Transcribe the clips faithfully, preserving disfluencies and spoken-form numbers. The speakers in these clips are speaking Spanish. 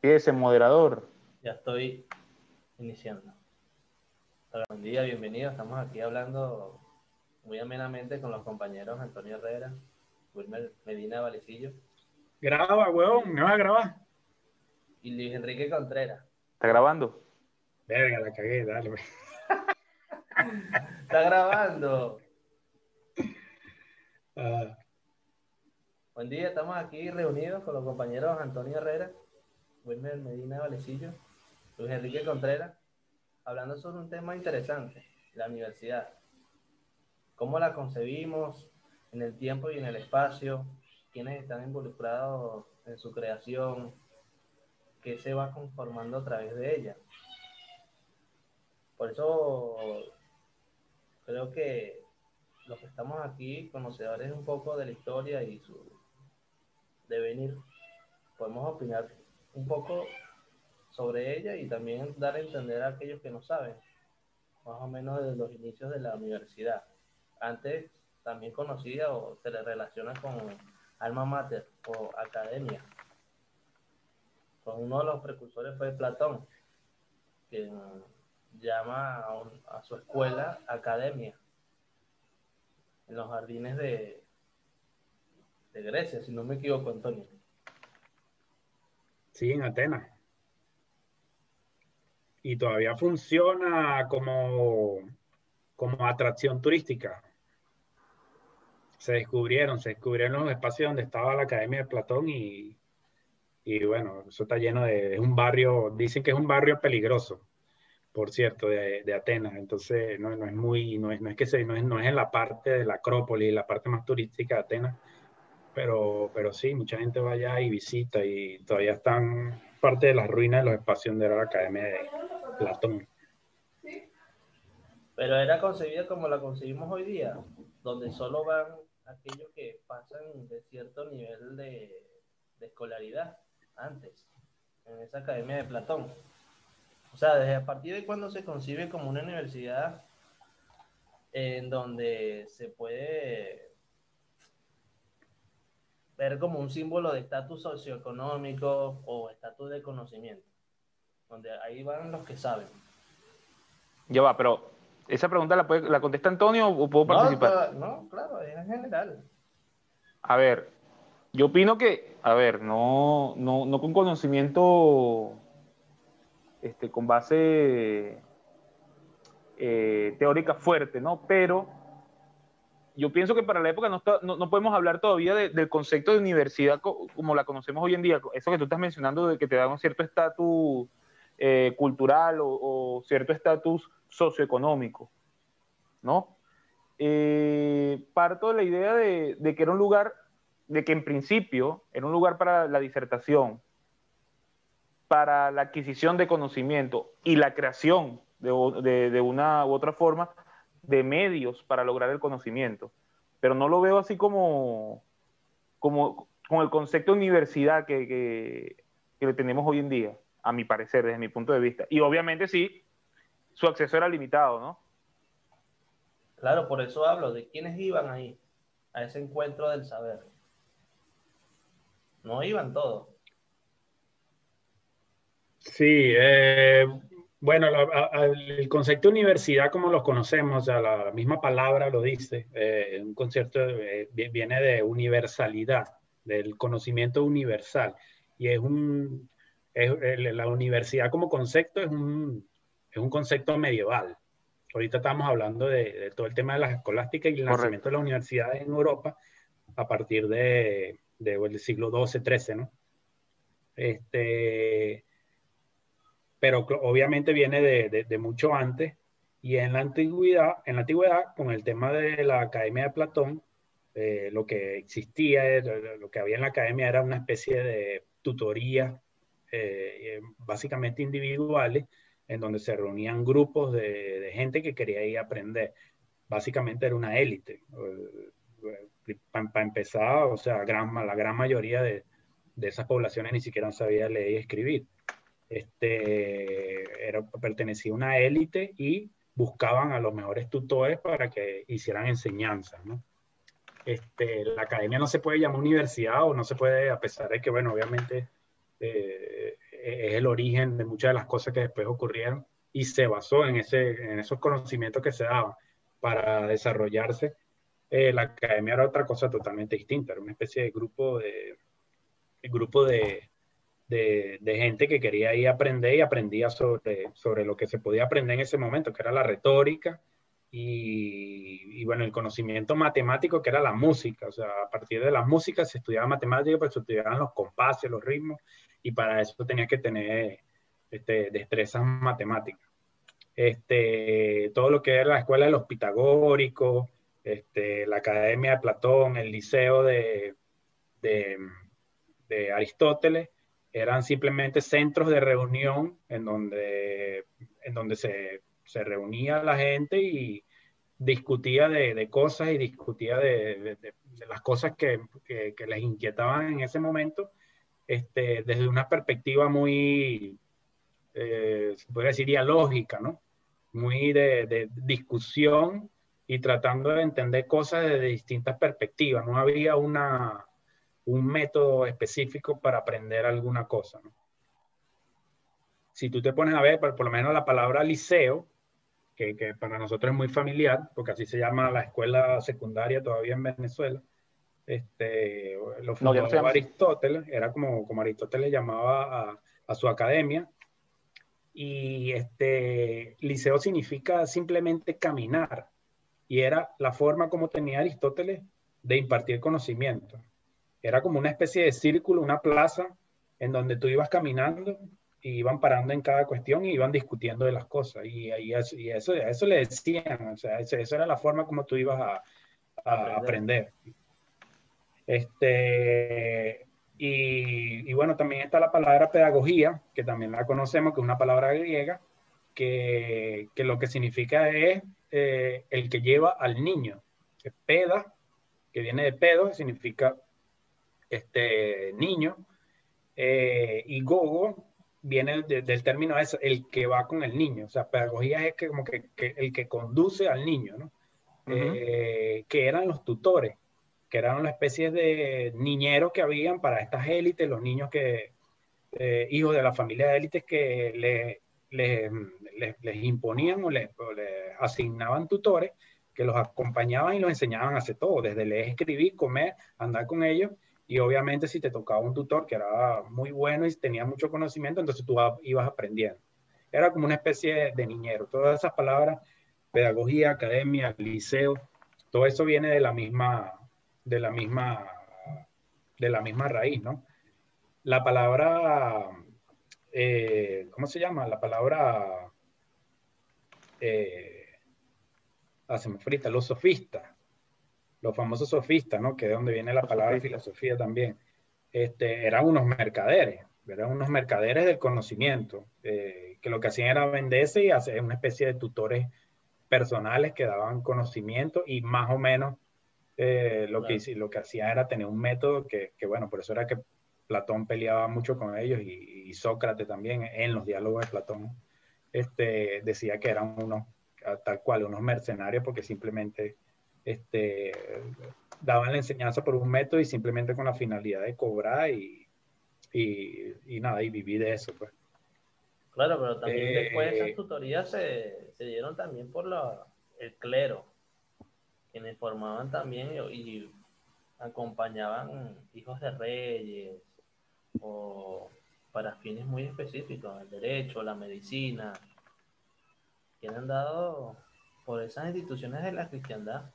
Empiece, moderador. Ya estoy iniciando. Buen día, bienvenido. Estamos aquí hablando muy amenamente con los compañeros Antonio Herrera, Wilmer Medina Valecillo. Graba, huevón, me vas a grabar. Y Luis Enrique Contreras. ¿Está grabando? Verga, la cagué, dale. ¡Está grabando! Uh, Buen día, estamos aquí reunidos con los compañeros Antonio Herrera, Wilmer Medina Valecillo, Luis Enrique Contreras, hablando sobre un tema interesante, la universidad. ¿Cómo la concebimos en el tiempo y en el espacio? ¿Quiénes están involucrados en su creación? ¿Qué se va conformando a través de ella? Por eso creo que los que estamos aquí, conocedores un poco de la historia y su devenir, podemos opinar un poco sobre ella y también dar a entender a aquellos que no saben, más o menos desde los inicios de la universidad. Antes también conocida o se le relaciona con alma mater o academia. Pues uno de los precursores fue Platón, quien llama a, un, a su escuela academia, en los jardines de, de Grecia, si no me equivoco, Antonio. sí, en Atenas. Y todavía funciona como, como atracción turística. Se descubrieron, se descubrieron los espacios donde estaba la Academia de Platón y, y bueno, eso está lleno de, es un barrio, dicen que es un barrio peligroso, por cierto, de, de Atenas. Entonces no, no es muy, no es, no es que se, no es, no es en la parte de la Acrópolis, la parte más turística de Atenas, pero, pero sí, mucha gente va allá y visita y todavía están parte de las ruinas de los espacios donde era la Academia de Platón. Pero era concebida como la concebimos hoy día, donde solo van aquellos que pasan de cierto nivel de, de escolaridad antes, en esa academia de Platón. O sea, desde a partir de cuando se concibe como una universidad en donde se puede ver como un símbolo de estatus socioeconómico o estatus de conocimiento, donde ahí van los que saben. Ya va, pero esa pregunta la, puede, la contesta Antonio o puedo participar. No, no, claro, es en general. A ver, yo opino que, a ver, no, no, no con conocimiento este, con base eh, teórica fuerte, ¿no? Pero yo pienso que para la época no, está, no, no podemos hablar todavía de, del concepto de universidad co como la conocemos hoy en día. Eso que tú estás mencionando de que te da un cierto estatus eh, cultural o, o cierto estatus socioeconómico, ¿no? Eh, parto de la idea de, de que era un lugar, de que en principio era un lugar para la disertación, para la adquisición de conocimiento y la creación de, de, de una u otra forma de medios para lograr el conocimiento. Pero no lo veo así como, como con el concepto de universidad que, que, que le tenemos hoy en día, a mi parecer, desde mi punto de vista. Y obviamente sí, su acceso era limitado, ¿no? Claro, por eso hablo de quiénes iban ahí, a ese encuentro del saber. No iban todos. Sí, eh, bueno, la, a, el concepto de universidad como lo conocemos, o sea, la misma palabra lo dice, eh, un concepto eh, viene de universalidad, del conocimiento universal, y es un, es, la universidad como concepto es un, es un concepto medieval. Ahorita estamos hablando de, de todo el tema de las escolásticas y el Correcto. nacimiento de las universidades en Europa a partir de, de, del siglo doce, trece, ¿no? Este, pero obviamente viene de, de, de, mucho antes, y en la antigüedad, en la antigüedad con el tema de la Academia de Platón, eh, lo que existía, lo que había en la academia era una especie de tutoría, eh, básicamente individuales, en donde se reunían grupos de, de gente que quería ir a aprender. Básicamente era una élite. Para pa empezar, o sea, gran, la gran mayoría de, de esas poblaciones ni siquiera sabía leer y escribir. Este, era, pertenecía a una élite y buscaban a los mejores tutores para que hicieran enseñanzas, ¿no? Este, la academia no se puede llamar universidad o no se puede, a pesar de que, bueno, obviamente eh, es el origen de muchas de las cosas que después ocurrieron, y se basó en, ese, en esos conocimientos que se daban para desarrollarse. Eh, la academia era otra cosa totalmente distinta, era una especie de grupo de, de grupo de, de, de gente que quería ir a aprender y aprendía sobre, sobre lo que se podía aprender en ese momento, que era la retórica y, y bueno, el conocimiento matemático, que era la música. O sea, a partir de la música se estudiaba matemática, pues se estudiaban los compases, los ritmos, y para eso tenías que tener este, destrezas matemáticas. Este, todo lo que era la escuela de los pitagóricos, este, la academia de Platón, el liceo de, de, de Aristóteles, eran simplemente centros de reunión en donde, en donde se, se reunía la gente y discutía de, de cosas y discutía de, de, de, de las cosas que, que, que les inquietaban en ese momento, este, desde una perspectiva muy, eh, se podría decir, dialógica, ¿no? Muy de, de discusión y tratando de entender cosas desde distintas perspectivas. No había una, un método específico para aprender alguna cosa, ¿no? Si tú te pones a ver, por, por lo menos la palabra liceo, que, que para nosotros es muy familiar, porque así se llama la escuela secundaria todavía en Venezuela, este, lo No, ya no se fundó llama así. Aristóteles, era como, como Aristóteles llamaba a, a su academia. Y este liceo significa simplemente caminar, y era la forma como tenía Aristóteles de impartir conocimiento. Era como una especie de círculo, una plaza en donde tú ibas caminando y iban parando en cada cuestión y iban discutiendo de las cosas, y, y, eso, y eso, eso le decían, o sea, eso, eso era la forma como tú ibas a, a Aprender. aprender. Este, y, y bueno, también está la palabra pedagogía, que también la conocemos, que es una palabra griega, que, que lo que significa es eh, el que lleva al niño. Peda, que viene de pedo, significa este, niño, eh, y gogo viene de, del término eso, el que va con el niño. O sea, pedagogía es que, como que, que el que conduce al niño, ¿no? Ujú. Eh, que eran los tutores, que eran una especie de niñeros que habían para estas élites, los niños que, eh, hijos de las familias de élites que le, le, les, les imponían o les, o les asignaban tutores que los acompañaban y los enseñaban a hacer todo, desde leer, escribir, comer, andar con ellos. Y obviamente si te tocaba un tutor que era muy bueno y tenía mucho conocimiento, entonces tú ibas aprendiendo. Era como una especie de, de niñero. Todas esas palabras, pedagogía, academia, liceo, todo eso viene de la misma, de la misma, de la misma raíz, ¿no? La palabra, eh, ¿cómo se llama? La palabra, eh, ah, se me frita, los sofistas, los famosos sofistas, ¿no? Que es de donde viene la Los palabra sofistas. filosofía también. Este, eran unos mercaderes, eran unos mercaderes del conocimiento, eh, que lo que hacían era venderse y hacer una especie de tutores personales que daban conocimiento, y más o menos eh, lo, que, Claro. lo que hacían era tener un método que, que, bueno, por eso era que Platón peleaba mucho con ellos, y, y Sócrates también en los diálogos de Platón este, decía que eran unos, tal cual, unos mercenarios, porque simplemente este, daban la enseñanza por un método y simplemente con la finalidad de cobrar y, y, y nada, y vivir de eso, pues. Claro, pero también después esas Eh, tutorías se, se dieron también por la, el clero, quienes formaban también y, y acompañaban hijos de reyes o para fines muy específicos, el derecho, la medicina, que han dado por esas instituciones de la cristiandad.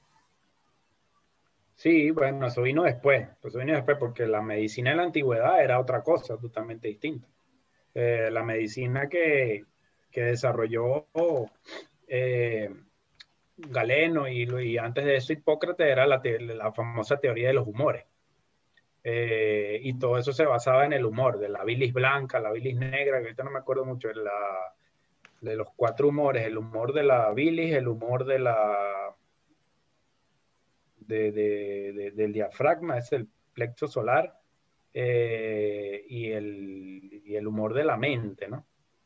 sí, bueno, eso vino después, eso vino después porque la medicina en la antigüedad era otra cosa totalmente distinta. Eh, la medicina que, que desarrolló eh, Galeno y, y, antes de eso Hipócrates era la, te, la famosa teoría de los humores. Eh, y todo eso se basaba en el humor, de la bilis blanca, la bilis negra, que ahorita no me acuerdo mucho, de, la, de los cuatro humores, el humor de la bilis, el humor de la, de, de, de, del diafragma, es el plexo solar, eh, y, el, y el humor de la mente, ¿no?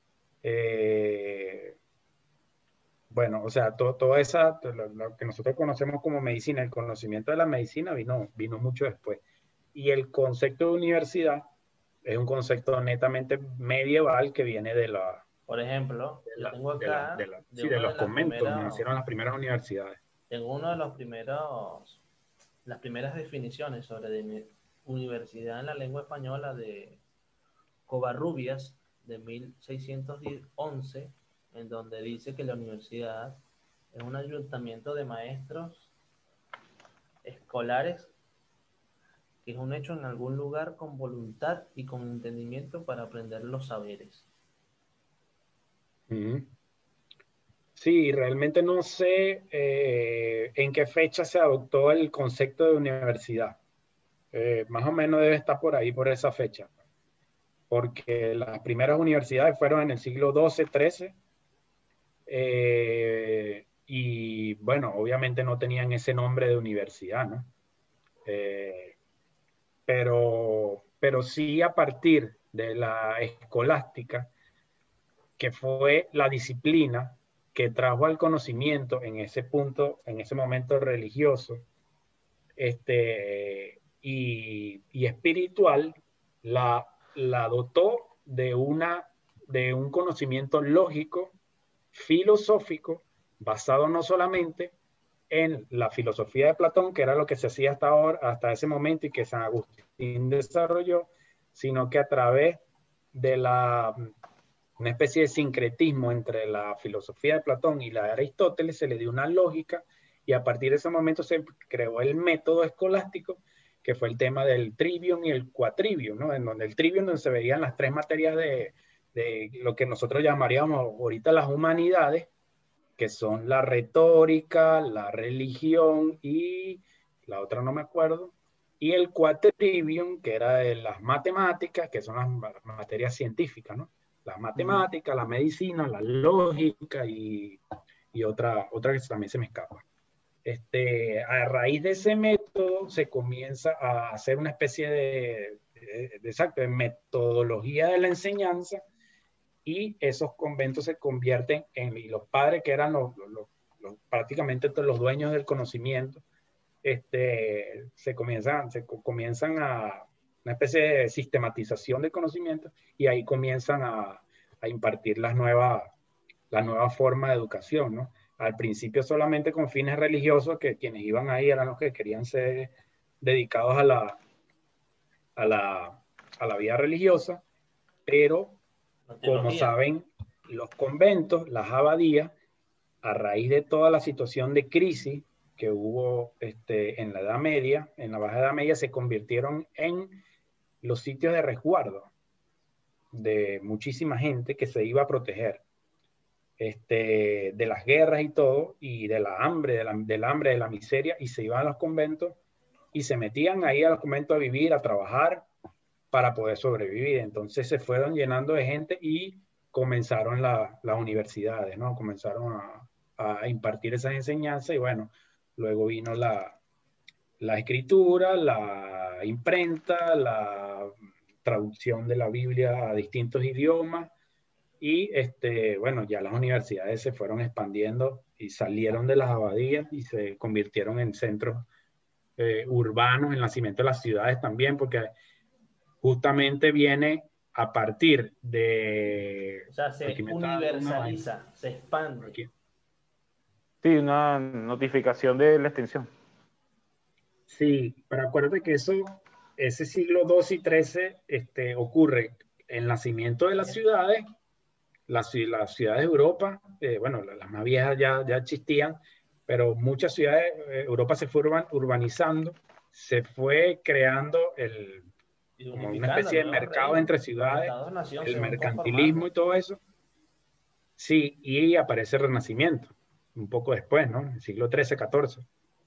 Eh, bueno, o sea, todo, todo esa, lo, lo, que nosotros conocemos como medicina, el conocimiento de la medicina vino, vino mucho después. Y el concepto de universidad es un concepto netamente medieval que viene de la... Por ejemplo, De, yo la, tengo de, la, acá de, la, de sí, de uno de los las conventos, donde primeras, nacieron las primeras universidades. tengo uno de los primeros, las primeras definiciones sobre de universidad en la lengua española de Covarrubias de mil seiscientos once, en donde dice que la universidad es un ayuntamiento de maestros escolares que es un hecho en algún lugar con voluntad y con entendimiento para aprender los saberes. Uh-huh. Sí, realmente no sé eh, en qué fecha se adoptó el concepto de universidad. Eh, más o menos debe estar por ahí, por esa fecha, porque las primeras universidades fueron en el siglo doce, trece, eh, y bueno, obviamente no tenían ese nombre de universidad, ¿no? Eh, pero, pero sí a partir de la escolástica, que fue la disciplina que trajo al conocimiento en ese punto, en ese momento religioso, este, y, y espiritual, la, la dotó de, una, de un conocimiento lógico, filosófico, basado no solamente en la filosofía de Platón, que era lo que se hacía hasta ahora, hasta ese momento y que San Agustín desarrolló, sino que a través de la, una especie de sincretismo entre la filosofía de Platón y la de Aristóteles, se le dio una lógica y a partir de ese momento se creó el método escolástico, que fue el tema del trivium y el quatrivium, ¿no? En donde el trivium, donde se veían las tres materias de, de lo que nosotros llamaríamos ahorita las humanidades, que son la retórica, la religión y la otra no me acuerdo, y el quatrivium, que era de las matemáticas, que son las materias científicas, ¿no? Las matemáticas, la medicina, la lógica y, y otra, otra que también se me escapa. Este, a raíz de ese método se comienza a hacer una especie de, de, de, exacto, de metodología de la enseñanza, y esos conventos se convierten en, y los padres que eran los, los, los, prácticamente los dueños del conocimiento, este, se comienzan, se comienzan a una especie de sistematización del conocimiento y ahí comienzan a, a impartir las nuevas, la nueva forma de educación, ¿no? Al principio solamente con fines religiosos, que quienes iban ahí eran los que querían ser dedicados a la, a la, a la vida religiosa, pero como saben, los conventos, las abadías, a raíz de toda la situación de crisis que hubo este, en la Edad Media, en la Baja Edad Media, se convirtieron en los sitios de resguardo de muchísima gente que se iba a proteger este, de las guerras y todo, y de la hambre, de la, del hambre, de la miseria, y se iban a los conventos y se metían ahí a los conventos a vivir, a trabajar para poder sobrevivir. Entonces se fueron llenando de gente y comenzaron la, las universidades, ¿no? Comenzaron a, a impartir esas enseñanzas y bueno, luego vino la, la escritura, la imprenta, la traducción de la Biblia a distintos idiomas y este, bueno, ya las universidades se fueron expandiendo y salieron de las abadías y se convirtieron en centros eh, urbanos, el nacimiento de las ciudades también, porque justamente viene a partir de... O sea, se aquí me está dando una vaina. universaliza, se expande. Aquí. Sí, una notificación de la extensión. Sí, pero acuérdate que eso, ese siglo doce y trece este, ocurre el nacimiento de las ciudades, las, las ciudades de Europa, eh, bueno, las más viejas ya, ya existían, pero muchas ciudades, eh, Europa se fue urban, urbanizando, se fue creando el, Y como una unificando especie de nuevos mercado reinos. entre Los ciudades, estados-nación el se van mercantilismo conformando. y todo eso. Sí, y aparece el Renacimiento, un poco después, ¿no? En el siglo trece, catorce.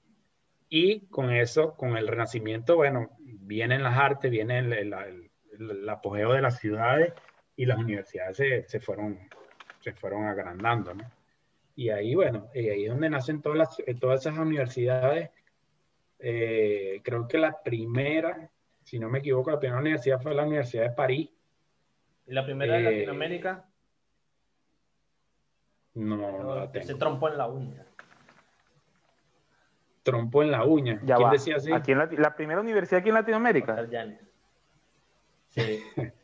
Y con eso, con el Renacimiento, bueno, vienen las artes, viene el, el, el, el apogeo de las ciudades y las universidades se, se, fueron, se fueron agrandando, ¿no? Y ahí, bueno, y ahí es donde nacen todas, las, todas esas universidades. Eh, creo que la primera, si no me equivoco, la primera universidad fue la Universidad de París. ¿Y la primera de Eh, Latinoamérica? no, no la Ese tengo. trompo en la uña. Trompo en la uña. Ya ¿Quién va. decía así? Aquí en la, la primera universidad aquí en Latinoamérica. Oscar Llanes. Sí.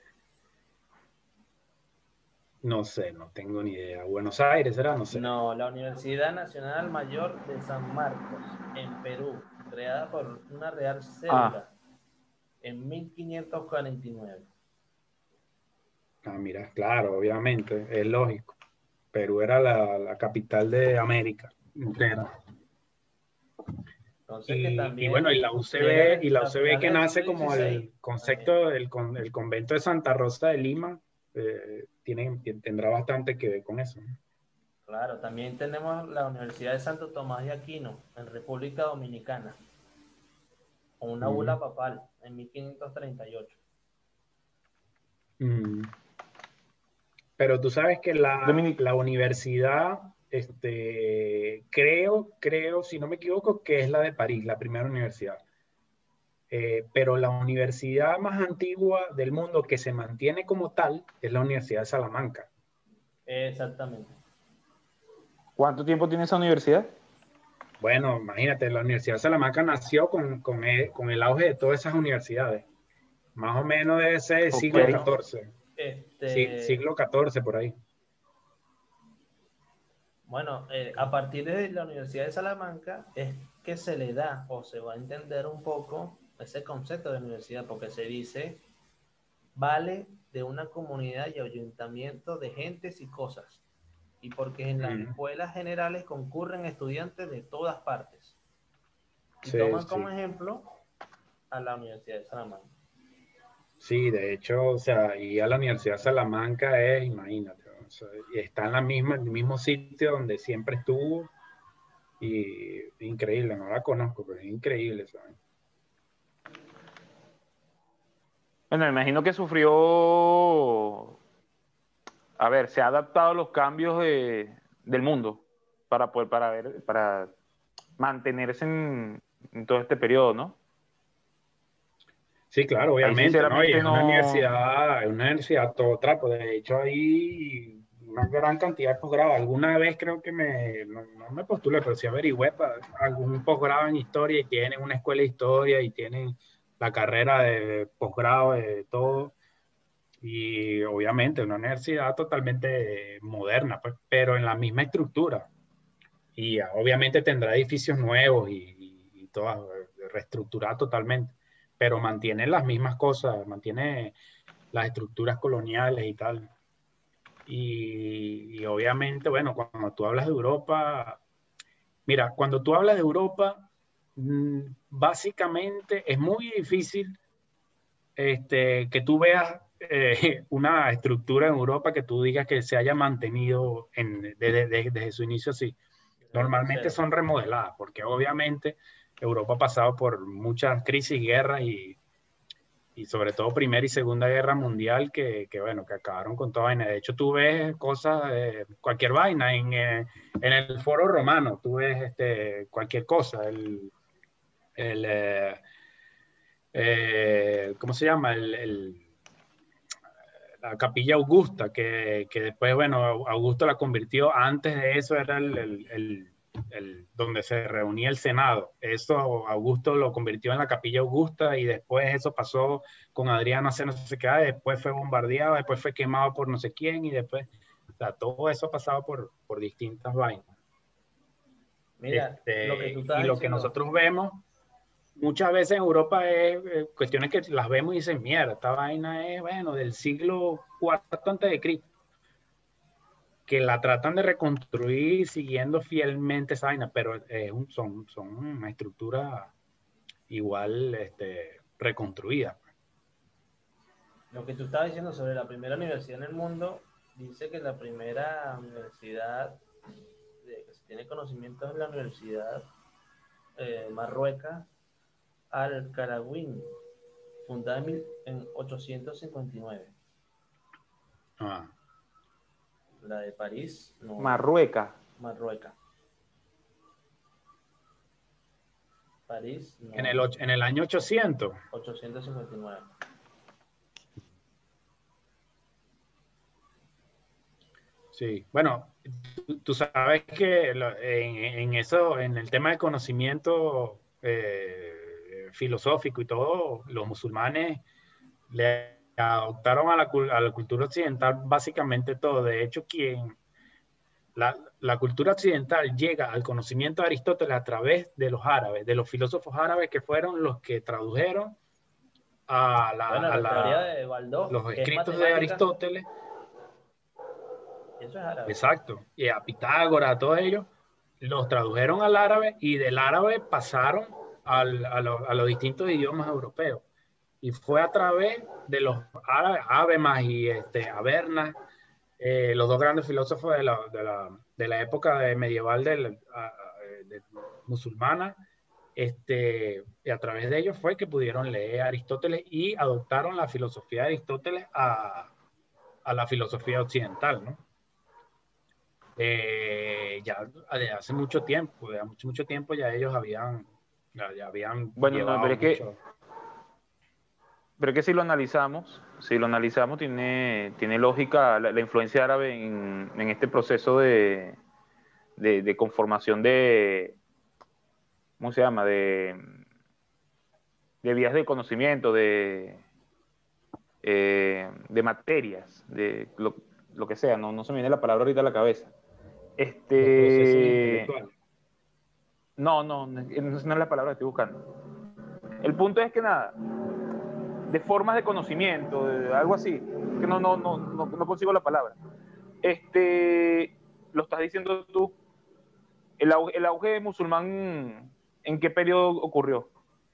No sé, no tengo ni idea. Buenos Aires, ¿será? No sé. No, la Universidad Nacional Mayor de San Marcos, en Perú, creada por una real Ah, cédula en mil quinientos cuarenta y nueve. Ah, mira, claro, obviamente, es lógico. Perú era la, la capital de América entera. Entonces que Y, y bueno, y también la llegan U C B, y en- la a U C B que finales del nace siglo como dieciséis. el También. concepto del con- el convento de Santa Rosa de Lima, eh, tiene, tendrá bastante que ver con eso, ¿no? Claro, también tenemos la Universidad de Santo Tomás de Aquino, en República Dominicana, con una Ujú. bula papal en mil quinientos treinta y ocho. Mm. Pero tú sabes que la, Dominic, la universidad, este, creo, creo, si no me equivoco, que es la de París, la primera universidad. Eh, pero la universidad más antigua del mundo que se mantiene como tal es la Universidad de Salamanca. Exactamente. ¿cuánto tiempo tiene esa universidad? Bueno, imagínate, la Universidad de Salamanca nació con, con el, con el auge de todas esas universidades. Más o menos debe ser el Ok. siglo Bueno, catorce, sí, este, siglo catorce por ahí. bueno, eh, a partir de la Universidad de Salamanca es que se le da o se va a entender un poco ese concepto de universidad, porque se dice vale de una comunidad y ayuntamiento de gentes y cosas, y porque en las Mm, escuelas generales concurren estudiantes de todas partes, y sí, toman como sí. ejemplo a la Universidad de Salamanca. Sí, de hecho, o sea, y a la Universidad de Salamanca es, imagínate, o sea, y está en la misma, en el mismo sitio donde siempre estuvo, y increíble, no la conozco, pero es increíble, ¿sabes? Bueno, me imagino que sufrió, a ver, se ha adaptado a los cambios de- del mundo para poder, para ver, para mantenerse en, en todo este periodo, ¿no? Sí, claro, Ahí obviamente, ¿no? Y sinceramente es una no, universidad, es una universidad todo trapo. De hecho, hay una gran cantidad de posgrados. Alguna vez creo que me, no, no me postulé, pero sí averigüé para algún posgrado en historia y tienen una escuela de historia y tienen la carrera de posgrado de todo. Y obviamente una universidad totalmente moderna, pues, pero en la misma estructura. Y ah, obviamente tendrá edificios nuevos y, y, y todas eh, reestructuradas totalmente, pero mantiene las mismas cosas, mantiene las estructuras coloniales y tal. Y, y obviamente, bueno, cuando tú hablas de Europa, mira, cuando tú hablas de Europa, mm, básicamente es muy difícil este, que tú veas eh, una estructura en Europa que tú digas que se haya mantenido en, desde, desde, desde su inicio así. Desde Normalmente cero. son remodeladas, porque obviamente Europa ha pasado por muchas crisis, guerras y, y sobre todo Primera y Segunda Guerra Mundial que, que bueno, que acabaron con toda vaina. De hecho, tú ves cosas, eh, cualquier vaina en, eh, en el Foro Romano, tú ves este, cualquier cosa, el, el eh, eh, ¿cómo se llama? El, el, la Capilla Augusta, que, que, después, bueno, Augusto la convirtió, antes de eso era el, el, el, el, donde se reunía el Senado. Eso Augusto lo convirtió en la Capilla Augusta y después eso pasó con Adriano hace no sé qué, después fue bombardeado, después fue quemado por no sé quién y después, o sea, todo eso ha pasado por, por distintas vainas. Mira, lo que Este, tú y estabas lo que diciendo, nosotros vemos muchas veces en Europa es eh, cuestiones que las vemos y dicen, mierda, esta vaina es, bueno, del siglo cuarto antes de Cristo, que la tratan de reconstruir siguiendo fielmente esa vaina, pero eh, un, son, son una estructura igual este, reconstruida. lo que tú estabas diciendo sobre la primera universidad en el mundo, dice que la primera universidad de que se tiene conocimiento es la Universidad eh, Marrueca Al-Qarawiyyin, fundada en, mil, en ochocientos cincuenta y nueve. Ah, La de París, no, Marruecas. Marruecas. París, en, el, no, en el año ochocientos. ochocientos cincuenta y nueve. Sí, bueno, tú, tú sabes que lo, en, en, eso, en el tema de conocimiento eh, filosófico y todo, los musulmanes le adoptaron a la, a la cultura occidental básicamente todo. De hecho, quien, la, la cultura occidental llega al conocimiento de Aristóteles a través de los árabes, de los filósofos árabes que fueron los que tradujeron a, la, Bueno, a la teoría la, de Baldós, los que es escritos de matemática, Aristóteles. eso es árabe. Exacto, y a Pitágoras, a todos ellos, los tradujeron al árabe y del árabe pasaron al, a, lo, a los distintos idiomas europeos. Y fue a través de los árabes, Habermas y este, Avernas, eh, los dos grandes filósofos de la, de la, de la época de medieval de, de, de musulmana, este, y a través de ellos fue que pudieron leer a Aristóteles y adoptaron la filosofía de Aristóteles a, a la filosofía occidental, ¿no? Eh, ya de hace mucho tiempo, de hace mucho, mucho tiempo ya ellos habían, ya, ya habían Bueno, no, llevado pero es mucho. que, pero es que si lo analizamos, si lo analizamos, tiene, tiene lógica la, la influencia árabe en, en este proceso de, de, de conformación de, ¿cómo se llama? De, de vías de conocimiento, de, eh, de materias, de lo, lo que sea, no, no se me viene la palabra ahorita a la cabeza. Los procesos Este, intelectuales. no, no, no, no es la palabra que estoy buscando. El punto es que nada, de formas de conocimiento, de algo así, que no, no, no, no, no consigo la palabra. Este, lo estás diciendo tú, el auge, el auge musulmán, ¿en qué periodo ocurrió?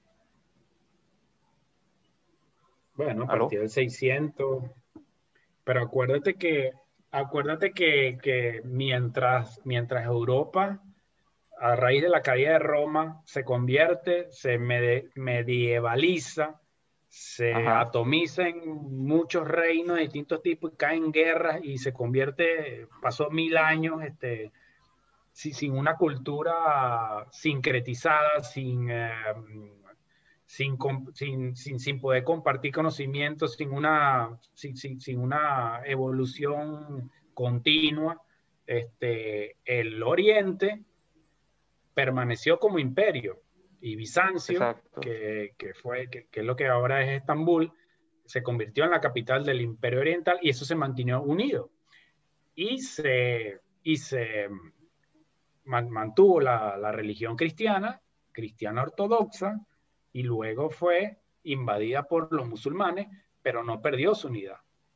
Bueno, a ¿Aló? partir del seiscientos, pero acuérdate que, acuérdate que, que mientras, mientras Europa, a raíz de la caída de Roma, se convierte, se mede, medievaliza, se Ajá. atomiza en muchos reinos de distintos tipos y cae en guerras y se convierte, pasó mil años este, sin, sin una cultura sincretizada, sin, eh, sin, sin, sin, sin poder compartir conocimientos, sin una, sin, sin, sin una evolución continua. Este, el Oriente permaneció como imperio y Bizancio, Exacto. que, que, fue, que, que es lo que ahora es Estambul, se convirtió en la capital del Imperio Oriental y eso se mantuvo unido. Y se, y se mantuvo la, la religión cristiana, cristiana ortodoxa, y luego fue invadida por los musulmanes, pero no perdió su unidad.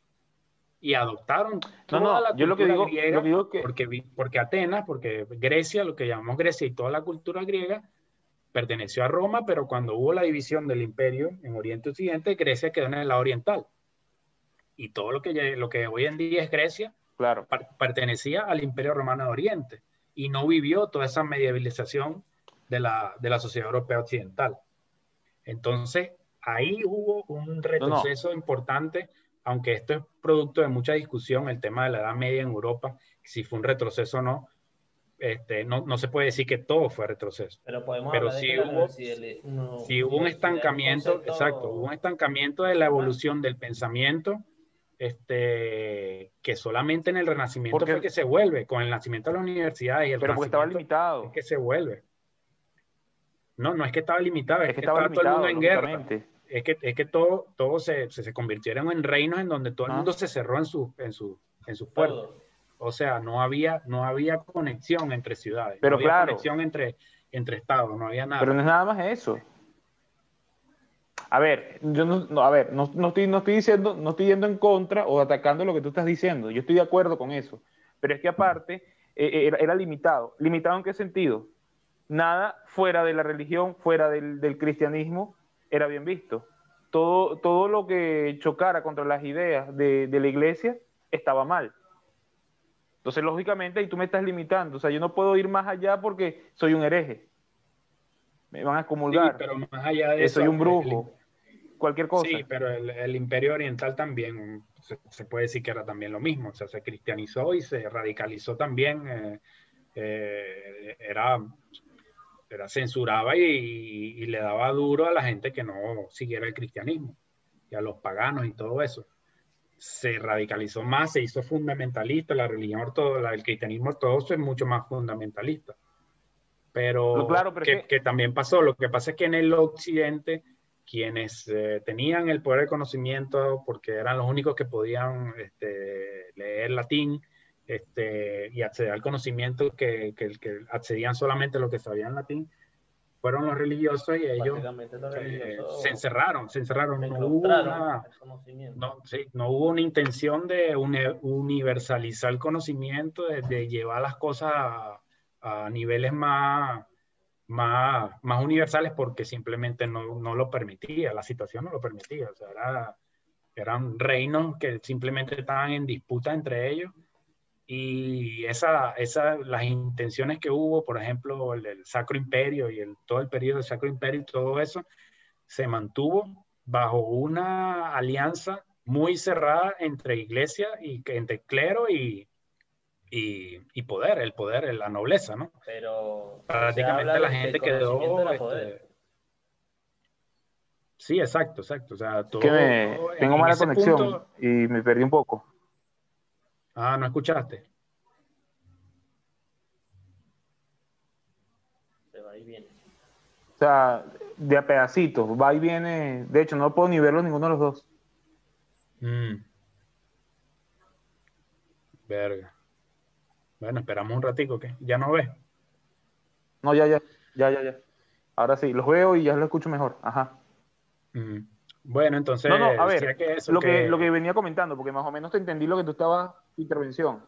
Y adoptaron toda no, no, la yo lo que cultura digo, griega, lo que digo que, porque, porque Atenas, porque Grecia, lo que llamamos Grecia y toda la cultura griega, perteneció a Roma, pero cuando hubo la división del imperio en Oriente y Occidente, Grecia quedó en el lado oriental. Y todo lo que, lo que hoy en día es Grecia, claro, pertenecía al Imperio Romano de Oriente y no vivió toda esa medievalización de la, de la sociedad europea occidental. Entonces, ahí hubo un retroceso no, no. importante, aunque esto es producto de mucha discusión, el tema de la Edad Media en Europa, si fue un retroceso o no, este, no, no se puede decir que todo fue retroceso. Pero podemos Pero hablar de sí que la hubo, universidad, no, sí hubo un universidad es un estancamiento, concepto. exacto, hubo un estancamiento de la evolución del pensamiento, este, que solamente en el Renacimiento Porque, fue que se vuelve, con el nacimiento de las universidades y el pero porque estaba Renacimiento limitado, es que se vuelve. No, no es que estaba limitado, es, es que que estaba estaba todo el mundo limitado, en guerra. lógicamente. Es que, es que todo, todo se, se, se convirtieron en reinos en donde todo el ¿Ah? mundo se cerró en su, en su, en sus puertas. Todo. O sea, no había, no había conexión entre ciudades, Pero no había claro, conexión entre, entre estados, no había nada. Pero no es nada más eso. A ver, yo no, no a ver, no, no, estoy, no estoy diciendo, no estoy yendo en contra o atacando lo que tú estás diciendo. Yo estoy de acuerdo con eso. Pero es que aparte eh, era, era limitado. ¿Limitado en qué sentido? Nada fuera de la religión, fuera del, del cristianismo, era bien visto. Todo, todo lo que chocara contra las ideas de, de la iglesia estaba mal. Entonces, lógicamente, ahí tú me estás limitando. O sea, yo no puedo ir más allá porque soy un hereje. Me van a comulgar. Sí, pero más allá de eh, eso, soy un brujo. el, cualquier cosa. Sí, pero el, el Imperio Oriental también se, se puede decir que era también lo mismo. O sea, se cristianizó y se radicalizó también. Eh, eh, era, era censuraba y, y, y le daba duro a la gente que no siguiera el cristianismo y a los paganos y todo eso. Se radicalizó más, se hizo fundamentalista, la religión ortodoxa, el cristianismo ortodoxo es mucho más fundamentalista. Pero, Lo, claro, pero que, es que, que también pasó, lo que pasa es que en el occidente quienes eh, tenían el poder del conocimiento porque eran los únicos que podían este, leer latín este, y acceder al conocimiento que, que, que accedían solamente a los que sabían latín, fueron los religiosos y ellos Básicamente los eh, religiosos se encerraron, se encerraron. No hubo enclaustraron una, el conocimiento. no, sí, no hubo una intención de uni- universalizar el conocimiento, de, de llevar las cosas a, a niveles más, más, más universales porque simplemente no, no lo permitía, la situación no lo permitía. O sea, era, eran reinos que simplemente estaban en disputa entre ellos y esa, esa, las intenciones que hubo, por ejemplo, el, el Sacro Imperio y el, todo el periodo del Sacro Imperio y todo eso, se mantuvo bajo una alianza muy cerrada entre iglesia y entre clero y, y, y poder, el poder, la nobleza, ¿no? Pero ahí se habla Prácticamente la de que el gente conocimiento quedó, era poder. este, sí, exacto, exacto, o sea, Es que me, todo en, tengo en mala ese conexión punto, y me perdí un poco. ah, ¿no escuchaste? Se va y viene. O sea, de a pedacitos, va y viene. De hecho, no puedo ni verlo ninguno de los dos. Mm, verga. Bueno, esperamos un ratico, ¿qué? ¿Ya no ves? No, ya, ya, ya, ya, ya. Ahora sí, los veo y ya los escucho mejor. Ajá. Mm. Bueno, No, no, a entonces, decía ver, que eso, lo que, lo que que... venía comentando, porque más o menos te entendí lo que tú estabas, tu intervención.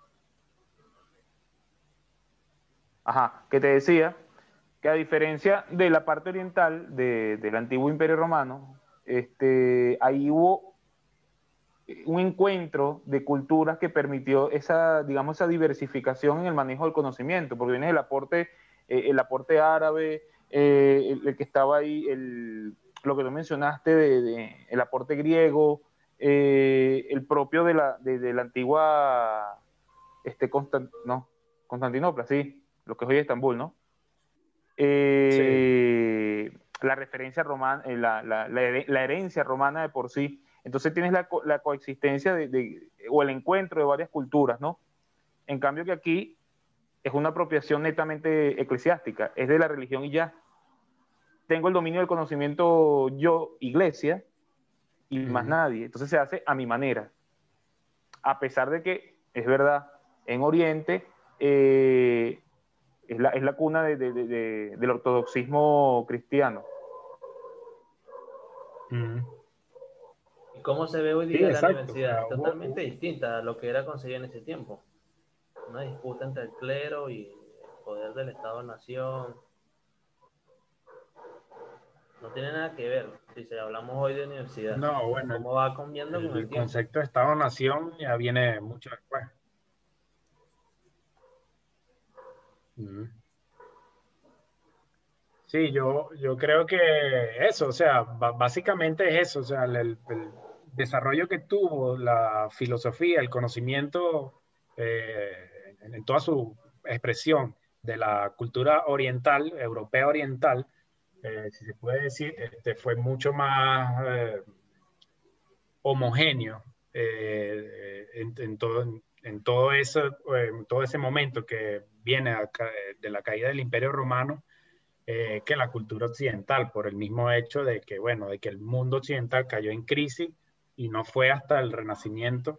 Ajá, que te decía que a diferencia de la parte oriental de, del antiguo Imperio Romano, este, ahí hubo un encuentro de culturas que permitió esa, digamos, esa diversificación en el manejo del conocimiento, porque viene el aporte, eh, el aporte árabe, eh, el, el, que estaba ahí, el, lo que tú mencionaste, de, de, el aporte griego, eh, el propio de la, de, de la antigua este, Constant, no, Constantinopla, sí, lo que es hoy Estambul, ¿no? Sí. Eh, la referencia romana, eh, la, la, la, la, herencia romana de por sí. Entonces tienes la, co la coexistencia de, de, o el encuentro de varias culturas, ¿no? En cambio que aquí es una apropiación netamente eclesiástica, es de la religión y ya. Tengo el dominio del conocimiento yo, iglesia, y Uh más -huh. nadie. Entonces se hace a mi manera. A pesar de que, es verdad, en Oriente eh, es, la, es la cuna de, de, de, del ortodoxismo cristiano. Uh -huh. ¿Y cómo se ve hoy Sí, día la exacto. O universidad? sea, Es hubo, totalmente hubo... distinta a lo que era conseguido en ese tiempo. Una disputa entre el clero y el poder del Estado-Nación. No tiene nada que ver, si hablamos hoy de universidad. No, bueno, el, ¿Cómo va cambiando el, con el el tiempo? concepto de Estado-Nación ya viene mucho después. Uh -huh. Sí, yo, yo creo que eso, o sea, básicamente es eso, o sea, el, el desarrollo que tuvo la filosofía, el conocimiento eh, en, en toda su expresión de la cultura oriental, europea oriental, eh, si se puede decir, este, fue mucho más eh, homogéneo eh, en, en, todo, en, en todo, eso, en todo ese momento que viene a, de la caída del Imperio Romano. Eh, que la cultura occidental, por el mismo hecho de que, bueno, de que el mundo occidental cayó en crisis y no fue hasta el Renacimiento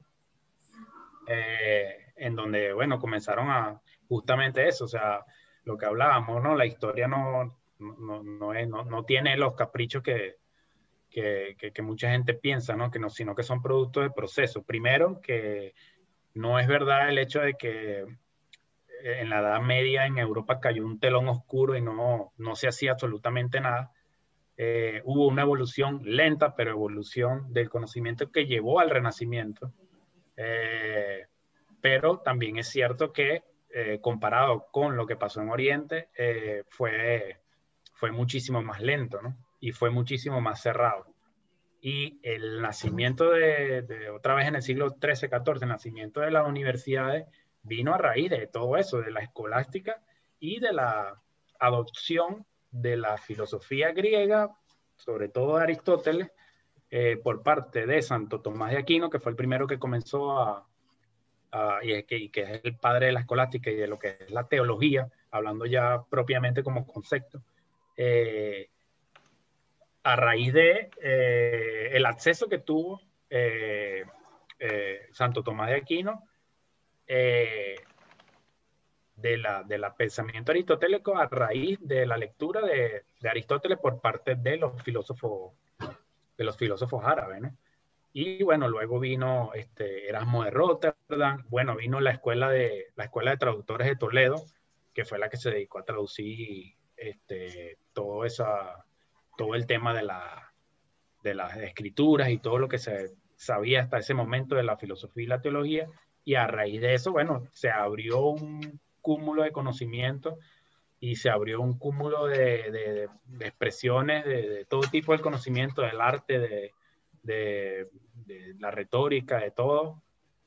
eh, en donde, bueno, comenzaron a justamente eso, o sea, lo que hablábamos, ¿no? La historia no, no, no, es, no, no tiene los caprichos que, que, que, que mucha gente piensa, ¿no? Que no, sino que son productos de proceso. Primero, que no es verdad el hecho de que en la Edad Media en Europa cayó un telón oscuro y no, no se hacía absolutamente nada. Eh, hubo una evolución lenta, pero evolución del conocimiento que llevó al Renacimiento. Eh, pero también es cierto que eh, comparado con lo que pasó en Oriente, eh, fue, fue muchísimo más lento, ¿no? Y fue muchísimo más cerrado. Y el nacimiento de, de, otra vez en el siglo trece, catorce, el nacimiento de las universidades vino a raíz de todo eso, de la escolástica y de la adopción de la filosofía griega, sobre todo de Aristóteles, eh, por parte de Santo Tomás de Aquino, que fue el primero que comenzó a, a y, es que, y que es el padre de la escolástica y de lo que es la teología, hablando ya propiamente como concepto. Eh, a raíz de eh, el acceso que tuvo eh, eh, Santo Tomás de Aquino eh, de la, de la pensamiento aristotélico a raíz de la lectura de, de Aristóteles por parte de los filósofos, de los filósofos árabes, ¿no? Y bueno, luego vino este, Erasmo de Rotterdam, bueno, vino la escuela de, la escuela de traductores de Toledo, que fue la que se dedicó a traducir este, todo, esa, todo el tema de, la, de las escrituras y todo lo que se sabía hasta ese momento de la filosofía y la teología. Y a raíz de eso, bueno, se abrió un cúmulo de conocimiento y se abrió un cúmulo de, de, de expresiones de, de, todo tipo de conocimiento, del arte, de, de, de la retórica, de todo.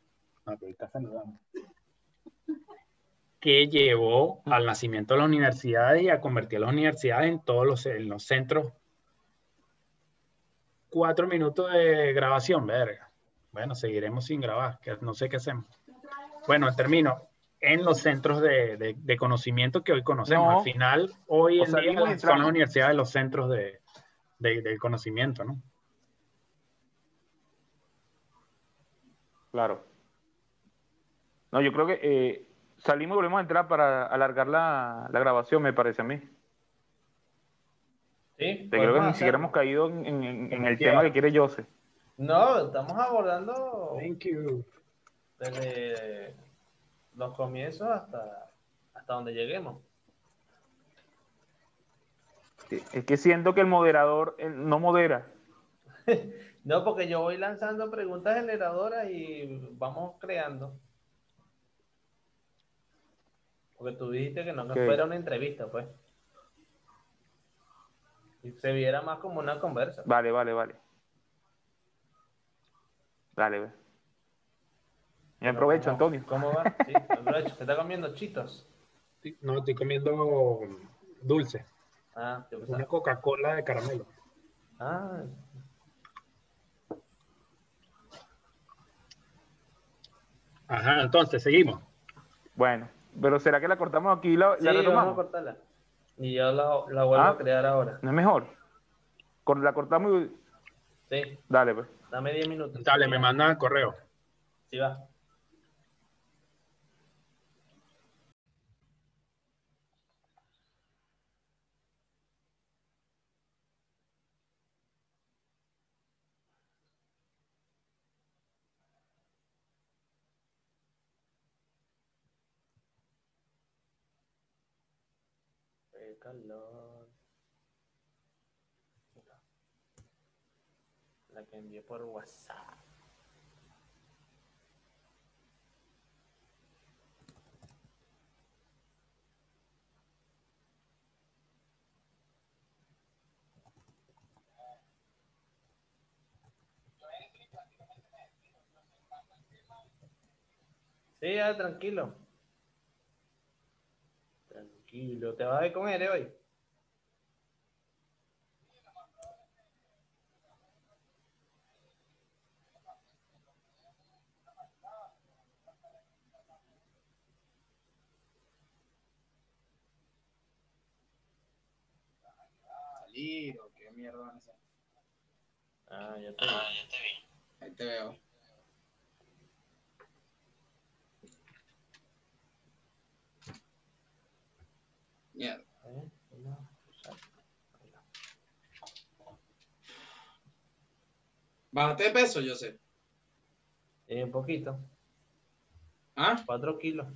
Que llevó al nacimiento de las universidades y a convertir a las universidades en todos los, en los centros. Cuatro minutos de grabación, verga. Bueno, seguiremos sin grabar, que no sé qué hacemos. Bueno, termino. En los centros de, de, de conocimiento que hoy conocemos. No. Al final, hoy O en salimos y día son entramos. las universidades los centros de, de, del conocimiento, ¿no? Claro. No, yo creo que eh, salimos y volvemos a entrar para alargar la, la grabación, me parece a mí. Sí, Te creo que podemos ni siquiera hacerlo. hemos caído en, en- en Como el tema quieras. que quiere Jose. No, estamos abordando Thank you. desde los comienzos hasta, hasta donde lleguemos. Es que siento que el moderador eh, no modera. No, porque yo voy lanzando preguntas generadoras y vamos creando. Porque tú dijiste que no que Ok. fuera una entrevista, pues. Y se viera más como una conversa. Vale, vale, vale. Dale, ve. Me Pero aprovecho, ¿cómo, Antonio. cómo va? Sí, aprovecho. ¿Qué está comiendo? Chitos. No, estoy comiendo dulce. Ah, yo Una pensaba. Coca-Cola de caramelo. Ah, Ajá, entonces, seguimos. Bueno, pero ¿será que la cortamos aquí y la, la sí, vamos a retomamos? cortarla. Y yo la, la vuelvo a Ah, crear ahora. ¿no es mejor? Cor- La cortamos y... Sí, Dale, pues. dame diez minutos. Dale, Y me ya. mandan el correo. Sí va. Qué calor. La que envié por WhatsApp. Sí, ya, tranquilo. Tranquilo. ¿Te vas a ir con él hoy? Salir o qué mierda van a hacer. Ah, ya te vi. Ah, ya te vi. Ahí te veo. Mierda. ¿Eh? No, Bájate de peso, yo sé. eh, un poquito. ¿Ah? Cuatro kilos.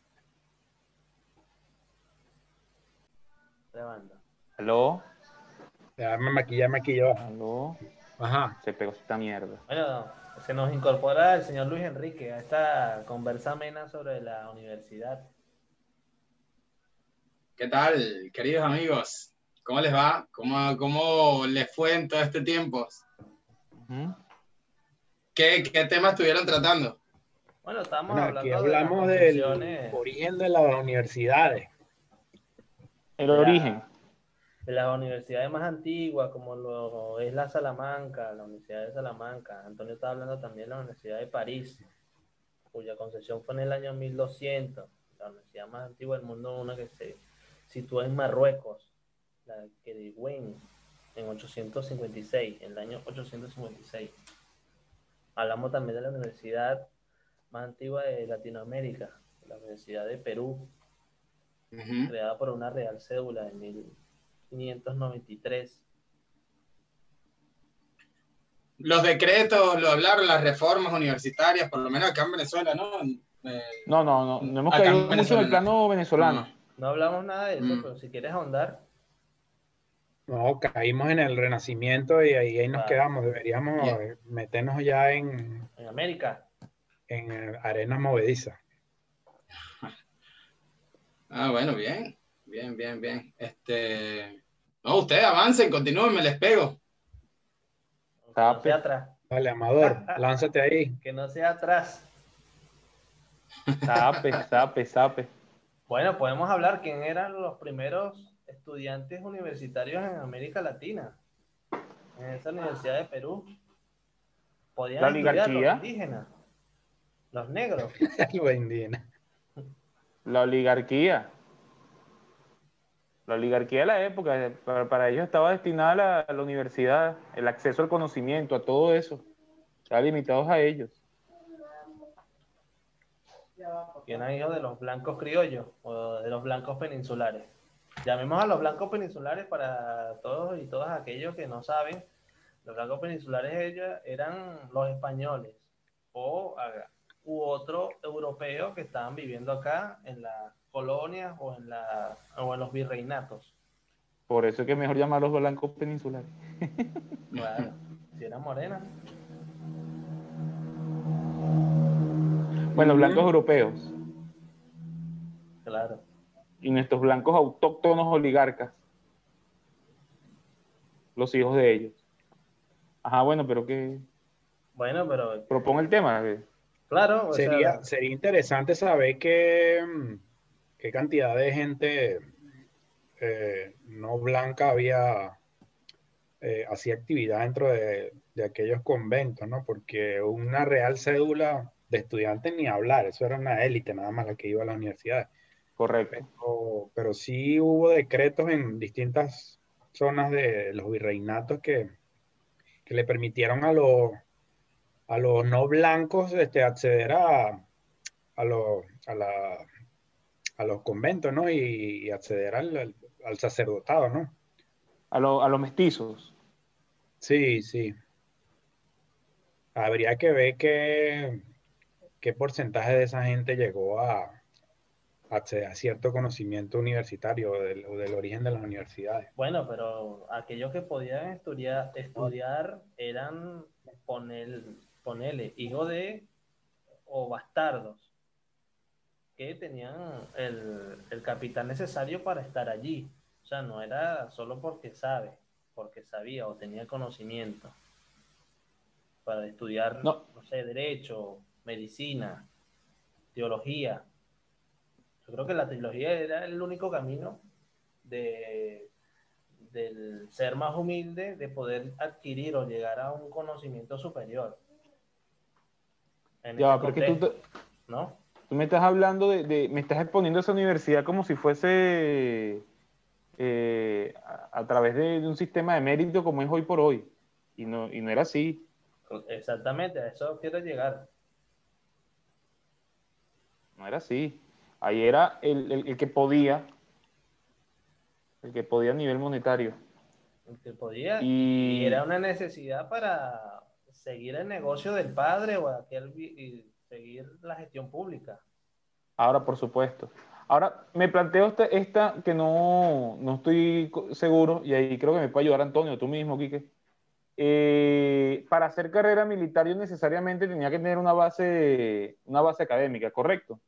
Levanta. ¿Aló? Ya me maquilla, me maquilló. ¿Aló? Ajá. Se pegó esta mierda. Bueno, se nos incorpora el señor Luis Enrique a esta conversa amena sobre la universidad. ¿Qué tal, queridos amigos? ¿Cómo les va? ¿Cómo, cómo les fue en todo este tiempo? Uh-huh. ¿Qué, qué temas estuvieron tratando? Bueno, estamos Bueno, aquí hablando de las hablamos del concepciones origen de las universidades. El de, origen. la, de las universidades más antiguas, como lo es la Salamanca, la Universidad de Salamanca. Antonio está hablando también de la Universidad de París, cuya concepción fue en el año mil doscientos. La universidad más antigua del mundo, una que se sitúa en Marruecos, la que de Gwen. en ochocientos cincuenta y seis, en el año ochocientos cincuenta y seis. Hablamos también de la universidad más antigua de Latinoamérica, la Universidad de Perú, Ujú. creada por una real cédula en mil quinientos noventa y tres. Los decretos, lo hablaron, las reformas universitarias, por lo menos acá en Venezuela, ¿no? Eh, No, no, no, no hemos acá en caído mucho en Venezuela el no. plano venezolano. No. No hablamos nada de eso, Mm. pero si quieres ahondar, No, caímos en el Renacimiento y ahí, ahí nos claro, quedamos. Deberíamos Yeah. eh, meternos ya en, en América. en eh, arenas movedizas. Ah, bueno, bien. Bien, bien, bien. Este... No, ustedes avancen, continúen, me les pego. Que no sea Sape, atrás. Vale, Amador, lánzate ahí. Que no sea atrás. sape, sape, sape. Bueno, podemos hablar quién eran los primeros estudiantes universitarios en América Latina, en esa Universidad de Perú. La Podían estudiar los oligarquía, indígenas, los negros. Lo indígena. la oligarquía. La oligarquía de la época, eh, para, para ellos estaba destinada la, la universidad, el acceso al conocimiento, a todo eso. Estaban limitados a ellos. Que eran hijos de los blancos criollos o de los blancos peninsulares. Llamemos a los blancos peninsulares para todos y todas aquellos que no saben. Los blancos peninsulares ellos eran los españoles o u otro europeo que estaban viviendo acá en las colonias o en, la, o en los virreinatos. Por eso es que es mejor llamarlos blancos peninsulares. Claro, si eran morenas. Bueno, los Ujú. blancos europeos Claro. y nuestros blancos autóctonos oligarcas, los hijos de ellos. Ajá, bueno, pero que Bueno, pero propone el tema. que- claro, o sea, Sería, la- sería interesante saber qué, mm, qué cantidad de gente eh, no blanca había, eh, hacía actividad dentro de, de aquellos conventos, ¿no? Porque una real cédula de estudiantes ni hablar, eso era una élite nada más la que iba a la universidad. Correcto. Pero, pero sí hubo decretos en distintas zonas de los virreinatos que, que le permitieron a los, a los no blancos este, acceder a, a, los, a, la, a los conventos, ¿no? Y, y acceder al, al, al sacerdotado, ¿no? A, lo- a los mestizos. Sí, sí. Habría que ver qué, qué porcentaje de esa gente llegó a acceder a cierto conocimiento universitario o del, o del origen de las universidades. bueno, pero aquellos que podían estudiar, estudiar eran poner, ponerle hijos de o bastardos que tenían el, el capital necesario para estar allí. O sea, no era solo porque sabe, porque sabía o tenía conocimiento para estudiar, No, no sé, derecho, medicina, teología. Yo creo que la teología era el único camino de, del ser más humilde, de poder adquirir o llegar a un conocimiento superior en ese ya, pero es que tú, contexto, te- ¿no? tú me estás hablando de, de- me estás exponiendo esa universidad como si fuese eh, a, a través de, de un sistema de mérito como es hoy por hoy. Y no, y no era así, Exactamente, a eso quiero llegar. no era así. Ahí era el, el- el que podía, el que podía a nivel monetario. Que podía, y, y Y era una necesidad para seguir el negocio del padre o aquel, y seguir la gestión pública. ahora, por supuesto. Ahora, me planteo esta, esta que no, no estoy co- seguro, y ahí creo que me puede ayudar Antonio, tú mismo, Quique. Eh, para hacer carrera militar yo necesariamente tenía que tener una base, una base académica, ¿correcto?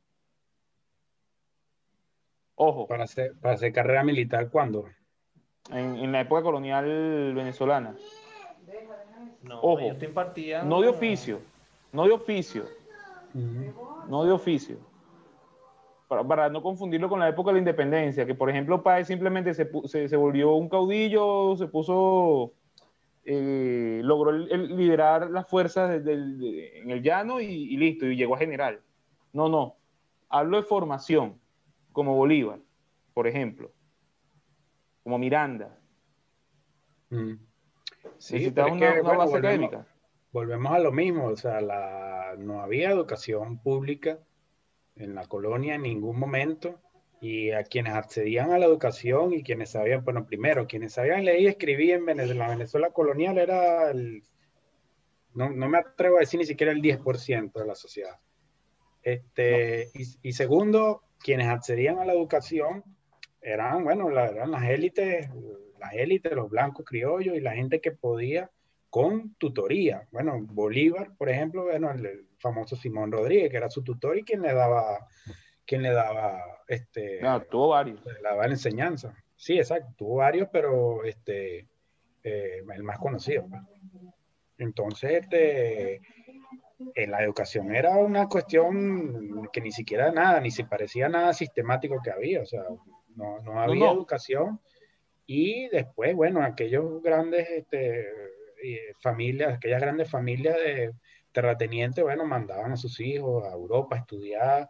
Ojo, Para hacer, para hacer carrera militar, ¿cuándo? en, en la época colonial venezolana. No, ellos Ojo, te impartían, no de oficio, no de oficio, Ujú. no de oficio. Para, para no confundirlo con la época de la independencia, que por ejemplo Páez simplemente se, pu- se, se volvió un caudillo, se puso, eh, logró el- el liderar las fuerzas de- de- de- en el llano y, y listo, y llegó a general. No, no. Hablo de formación, como Bolívar, por ejemplo, como Miranda. Mm. Sí, Necesitaba pero es una, que, una bueno, base volvemos, académica. volvemos a lo mismo, o sea, la, no había educación pública en la colonia en ningún momento, y a quienes accedían a la educación y quienes sabían, bueno, primero, quienes sabían leer y escribir en Venezuela, la Venezuela colonial era el, no, no me atrevo a decir ni siquiera el diez por ciento de la sociedad. No, Este, y, y segundo, quienes accedían a la educación eran, bueno, la, eran las élites, las élites, los blancos criollos y la gente que podía con tutoría. Bueno, Bolívar, por ejemplo, bueno, el, el famoso Simón Rodríguez, que era su tutor y quien le daba, quien le daba, no, este, tuvo varios. le daba la enseñanza. Sí, exacto, tuvo varios, pero este, eh, el más conocido, pues. Entonces, este, en la educación era una cuestión que ni siquiera nada, ni se parecía a nada sistemático que había, o sea, no, no No, había no. educación. Y después, bueno, aquellos grandes este, eh, familias, aquellas grandes familias de terratenientes, bueno, mandaban a sus hijos a Europa a estudiar,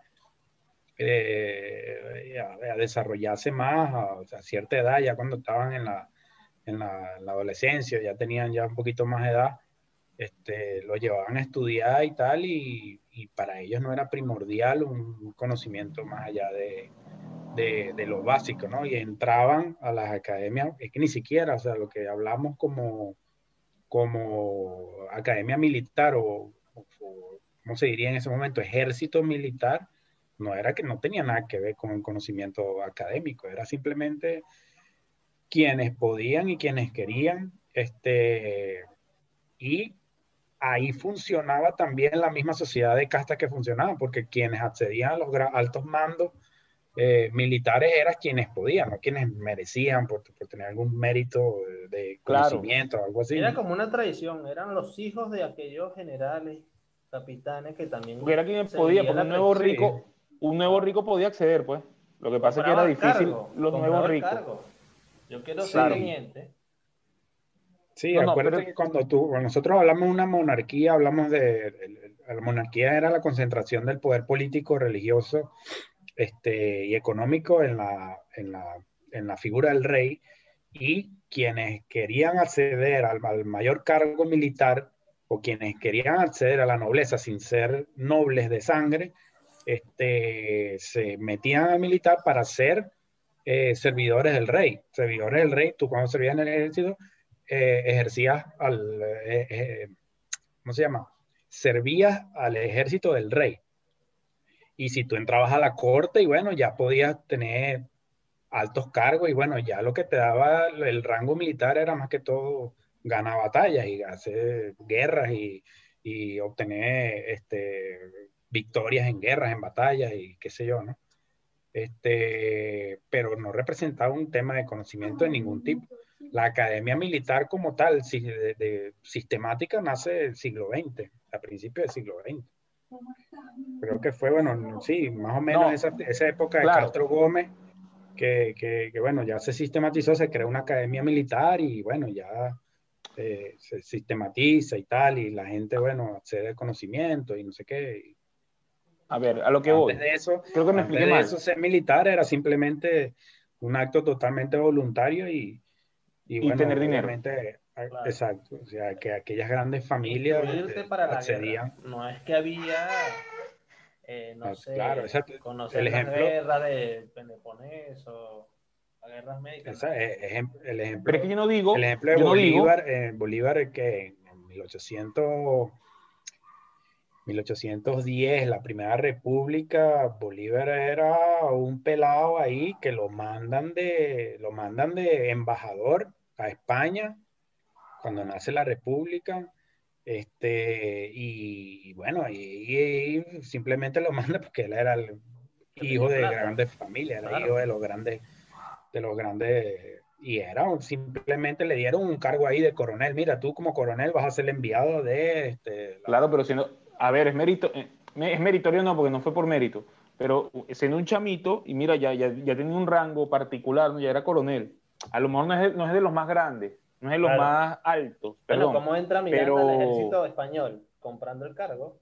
eh, a, a desarrollarse más a, a cierta edad, ya cuando estaban en la, en la, en la adolescencia, ya tenían ya un poquito más de edad, este, lo llevaban a estudiar y tal, y, y para ellos no era primordial un conocimiento más allá de, de, de, lo básico, ¿no? Y entraban a las academias, es que ni siquiera, o sea, lo que hablamos como, como academia militar o, o, o, ¿cómo se diría en ese momento? Ejército militar, no era que no tenía nada que ver con el conocimiento académico, era simplemente quienes podían y quienes querían, este, y ahí funcionaba también la misma sociedad de castas que funcionaba, porque quienes accedían a los altos mandos eh, militares eran quienes podían, no quienes merecían por, por tener algún mérito de, de Claro. conocimiento o algo así, Era ¿no? como una tradición, eran los hijos de aquellos generales, capitanes que Porque también era quien podía, seguían porque la un nuevo Sí, tradición. rico, un nuevo rico podía acceder, pues. Lo que pasa es que era Compraba el difícil cargo, los nuevos compraba el ricos. cargo. Yo quiero ser Claro. sí, teniente. sí, No, no, pero acuérdate que cuando tú, cuando nosotros hablamos de una monarquía, hablamos de, de- la monarquía era la concentración del poder político, religioso, este, y económico en la, en la, en la figura del rey, y quienes querían acceder al, al mayor cargo militar o quienes querían acceder a la nobleza sin ser nobles de sangre, este, se metían al militar para ser eh, servidores del rey. Servidores del rey, tú cuando servías en el ejército, eh, ejercías al, eh, eh, ¿cómo se llama? Servías al ejército del rey. Y si tú entrabas a la corte y bueno, ya podías tener altos cargos y bueno, ya lo que te daba el rango militar era más que todo ganar batallas y hacer guerras y, y obtener este, victorias en guerras, en batallas y qué sé yo, ¿no? Este, pero no representaba un tema de conocimiento de ningún tipo. La academia militar como tal, de, de, sistemática, nace del siglo veinte, a principios del siglo veinte. Creo que fue, bueno, sí, más o menos no, esa, esa época de claro. Castro Gómez, que, que, que, bueno, ya se sistematizó, se creó una academia militar y bueno, ya eh, se sistematiza y tal, y la gente, bueno, accede al conocimiento y no sé qué. A ver, a lo que Antes voy. de eso, Creo que me antes expliqué de mal. eso, ser militar era simplemente un acto totalmente voluntario y, y Y bueno, tener dinero. obviamente, a- Claro. exacto, o sea, que aquellas grandes familias Instruirte este, para la guerra. accedían, No es que había, eh, no a- claro, sé, exacto. El conocer las ejemplo, guerras de Peloponeso, las guerras médicas, esa, no. eh, ejem- el Pero es que ejemplo, yo no el digo, ejemplo de yo no digo, Bolívar, eh, Bolívar que en mil ochocientos mil ochocientos diez, la primera república, Bolívar era un pelado ahí que lo mandan de, lo mandan de embajador a España cuando nace la república. Este, y, y bueno, y, y simplemente lo manda porque él era el Que hijo tenía de plata, grandes familias, era hijo claro. de los grandes, de los grandes, y era simplemente le dieron un cargo ahí de coronel. Mira, tú como coronel vas a ser el enviado de este, la, claro, pero siendo, a ver, es mérito, eh, es meritorio no, porque no fue por mérito, pero siendo un chamito, y mira, ya, ya, ya tenía un rango particular, ¿no? Ya era coronel. A lo mejor no es, de, no es de los más grandes, no es de los Claro. más altos, Bueno, perdón, ¿cómo entra Miranda al pero, ejército español? Comprando el cargo.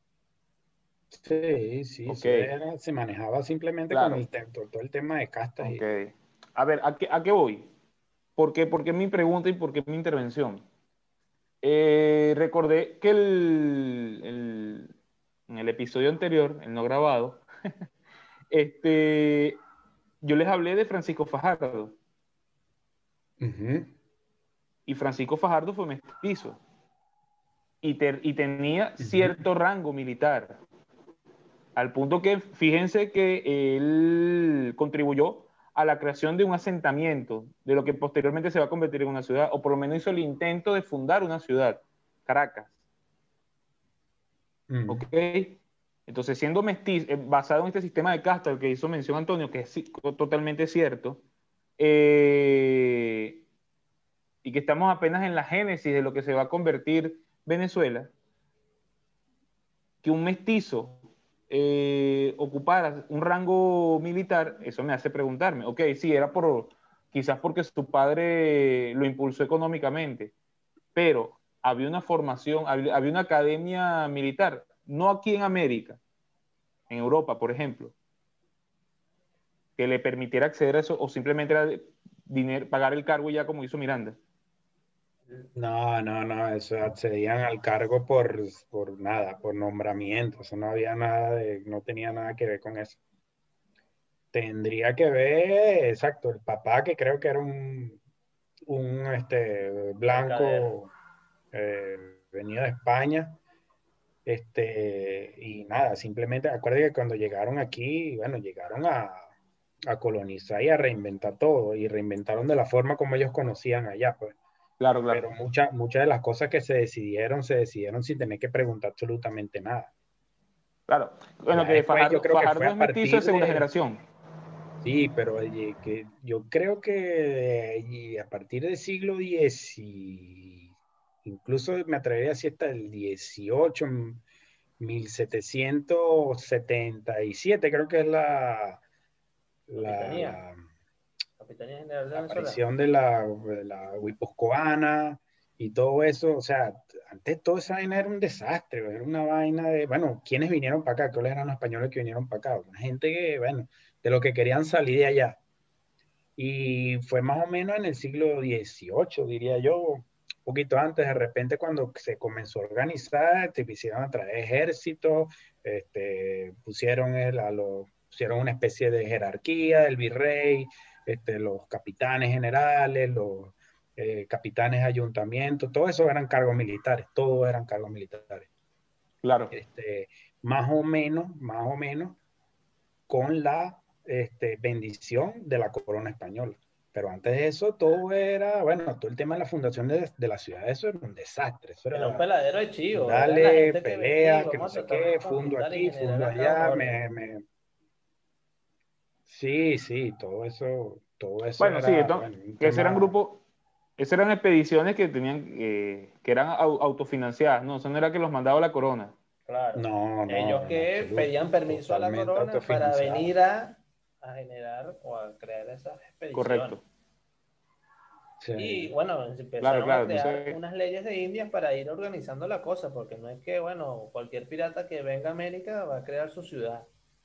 sí, sí, ok, eso era, se manejaba simplemente con claro, el, todo, todo el tema de castas ok. y A ver, ¿a qué, a qué voy? ¿Por qué, por qué mi pregunta y por qué mi intervención? Eh, recordé que el, el- en el episodio anterior, el no grabado, este, yo les hablé de Francisco Fajardo. Ujú. Y Francisco Fajardo fue mestizo. Y, ter, y tenía Ujú. cierto rango militar. Al punto que, fíjense que él contribuyó a la creación de un asentamiento, de lo que posteriormente se va a convertir en una ciudad, o por lo menos hizo el intento de fundar una ciudad, Caracas. Mm. ¿Ok? Entonces, siendo mestizo, eh, basado en este sistema de casta al que hizo mención Antonio, que es totalmente cierto, eh, y que estamos apenas en la génesis de lo que se va a convertir Venezuela, que un mestizo eh, ocupara un rango militar, eso me hace preguntarme, ok, sí, era por, quizás porque su padre lo impulsó económicamente, pero había una formación, había, había una academia militar, no aquí en América, en Europa, por ejemplo, que le permitiera acceder a eso, o simplemente era dinero, pagar el cargo ya como hizo Miranda. No, no, no, eso accedían al cargo por, por nada, por nombramiento, eso no había nada de, no tenía nada que ver con eso. Tendría que ver, exacto, el papá que creo que era un, un este, Mercader. blanco eh, venido de España, este, y nada, simplemente acuérdate que cuando llegaron aquí, bueno, llegaron a, a colonizar y a reinventar todo, y reinventaron de la forma como ellos conocían allá, pues. Claro, claro. Pero muchas muchas de las cosas que se decidieron, se decidieron sin tener que preguntar absolutamente nada. Claro. Bueno, Ya que después yo Fajardo, creo que fue Fajardo es a mestizo de partir segunda de, generación. sí, pero oye, que yo creo que y a partir del siglo diez, y incluso me atrevería a decir hasta el dieciocho, mil setecientos setenta y siete, creo que es la, la, Capitanía. la, Capitanía General de la Venezuela. aparición de la, de la Guipuzcoana y todo eso. O sea, antes toda esa vaina era un desastre, era una vaina de, bueno, ¿quiénes vinieron para acá? ¿Cuáles eran los españoles que vinieron para acá? Una gente que, bueno, de lo que querían salir de allá. Y fue más o menos en el siglo dieciocho, diría yo, un poquito antes, de repente cuando se comenzó a organizar, te quisieron a traer ejércitos, este, pusieron, el, a los, pusieron una especie de jerarquía, el virrey, este, los capitanes generales, los eh, capitanes de ayuntamientos, todo eso eran cargos militares, todos eran cargos militares. Claro. Este, más o menos, más o menos, con la este, bendición de la corona española. Pero antes de eso, todo era, bueno, todo el tema de la fundación de, de la ciudad, eso era un desastre. Eso Era un era, peladero de chivo. Eran la dale, gente que venía y peleas, que no vamos a sé tratar de qué, fundo conquistar y aquí, generar fundo acá un allá, orden. me, me... Sí, sí, todo eso, todo eso Bueno, sí, era, entonces, bueno, un que ese eran tema... grupos, esas eran expediciones que tenían, eh, que eran au- autofinanciadas, ¿no? Eso no era que los mandaba la corona. Claro. No, Ellos no, en que absoluto, pedían permiso a la totalmente corona para autofinanciado. venir a, a generar o a crear esas expediciones. Correcto. Sí. Y bueno, Claro, empezaron a claro. crear Entonces, unas leyes de Indias para ir organizando la cosa, porque no es que, bueno, cualquier pirata que venga a América va a crear su ciudad.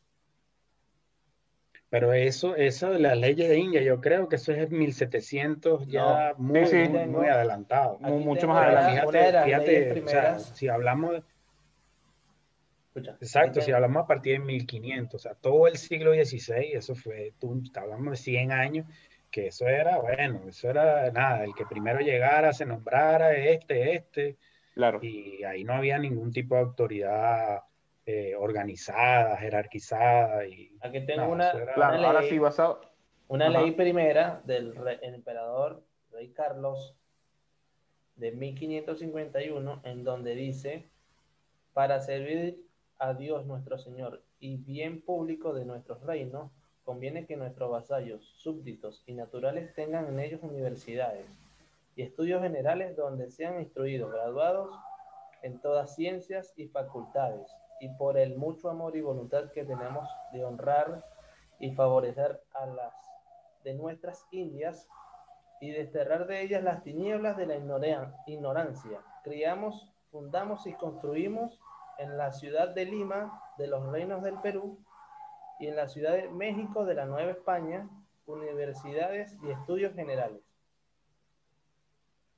Pero eso, eso de las leyes de India, yo creo que eso es mil setecientos ya No, sí, muy, aquí sí, muy, muy tengo, adelantado. mu- aquí mucho más tengo Pero ya adelante. una de fíjate, las leyes fíjate, o sea, primeras. si hablamos, Escucha, aquí exacto, si tengo, hablamos a partir de mil quinientos, o sea, todo el siglo dieciséis, eso fue, tú, hablamos de cien años, que eso era, bueno, eso era nada, el que primero llegara, se nombrara, este, este, Claro. y ahí no había ningún tipo de autoridad eh, organizada, jerarquizada, y aquí tengo nada, eso una, una era... Claro, ahora sí, ley, basado. una ley Ajá. primera del re- emperador Rey Carlos de mil quinientos cincuenta y uno, en donde dice: para servir a Dios nuestro Señor y bien público de nuestros reinos, conviene que nuestros vasallos, súbditos y naturales tengan en ellos universidades y estudios generales donde sean instruidos, graduados en todas ciencias y facultades, y por el mucho amor y voluntad que tenemos de honrar y favorecer a las de nuestras Indias y desterrar de ellas las tinieblas de la ignorancia. Criamos, fundamos y construimos en la ciudad de Lima de los reinos del Perú y en la ciudad de México de la Nueva España universidades y estudios generales.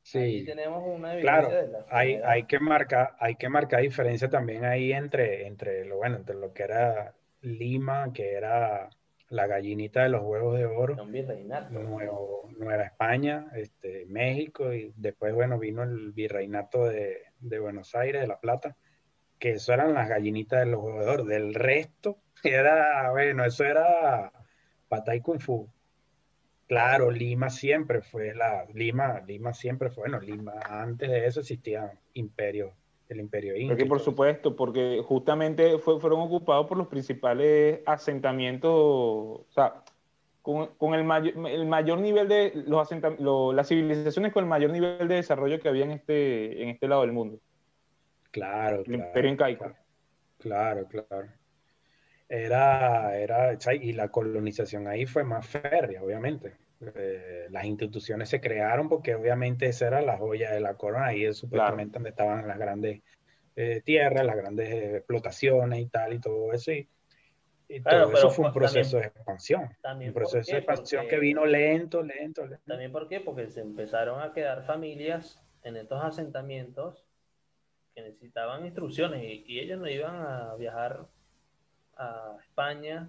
Ahí Sí, tenemos una evidencia claro, de la hay, hay enfermedad. que marcar, hay que marcar diferencia también ahí entre, entre lo bueno, entre lo que era Lima, que era la gallinita de los huevos de oro, Un virreinato. Nuevo, Nueva España, este, México, y después, bueno, vino el virreinato de, de Buenos Aires, de La Plata, que eso eran las gallinitas de los huevos de oro. Del resto, era, bueno, eso era patay kung fu. Claro, Lima siempre fue la, Lima, Lima siempre fue, bueno, Lima, antes de eso existía imperio, el imperio Porque inca y por todo eso. supuesto, porque justamente fue- fueron ocupados por los principales asentamientos, o sea, con, con el, mayor, el mayor nivel de los asenta- lo- las civilizaciones con el mayor nivel de desarrollo que había en este, en este lado del mundo, Claro, el imperio claro, incaico. claro, claro, claro. Era, era, o sea, y la colonización ahí fue más férrea, obviamente. Eh, las instituciones se crearon porque obviamente esa era la joya de la corona, ahí es Claro. supuestamente donde estaban las grandes eh, tierras, las grandes eh, explotaciones y tal, y todo eso, y, y Claro, todo eso pero fue un pa- proceso también, de expansión, un también ¿por proceso de qué? expansión que vino Porque, lento, lento, lento. también ¿por qué? Porque se empezaron a quedar familias en estos asentamientos que necesitaban instrucciones y, y ellos no iban a viajar a España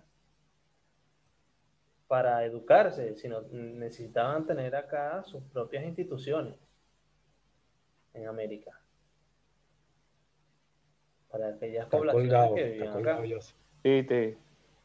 para educarse, sino necesitaban tener acá sus propias instituciones en América, para aquellas Está poblaciones que colgado, está vivían colgado acá. yo. Sí, te,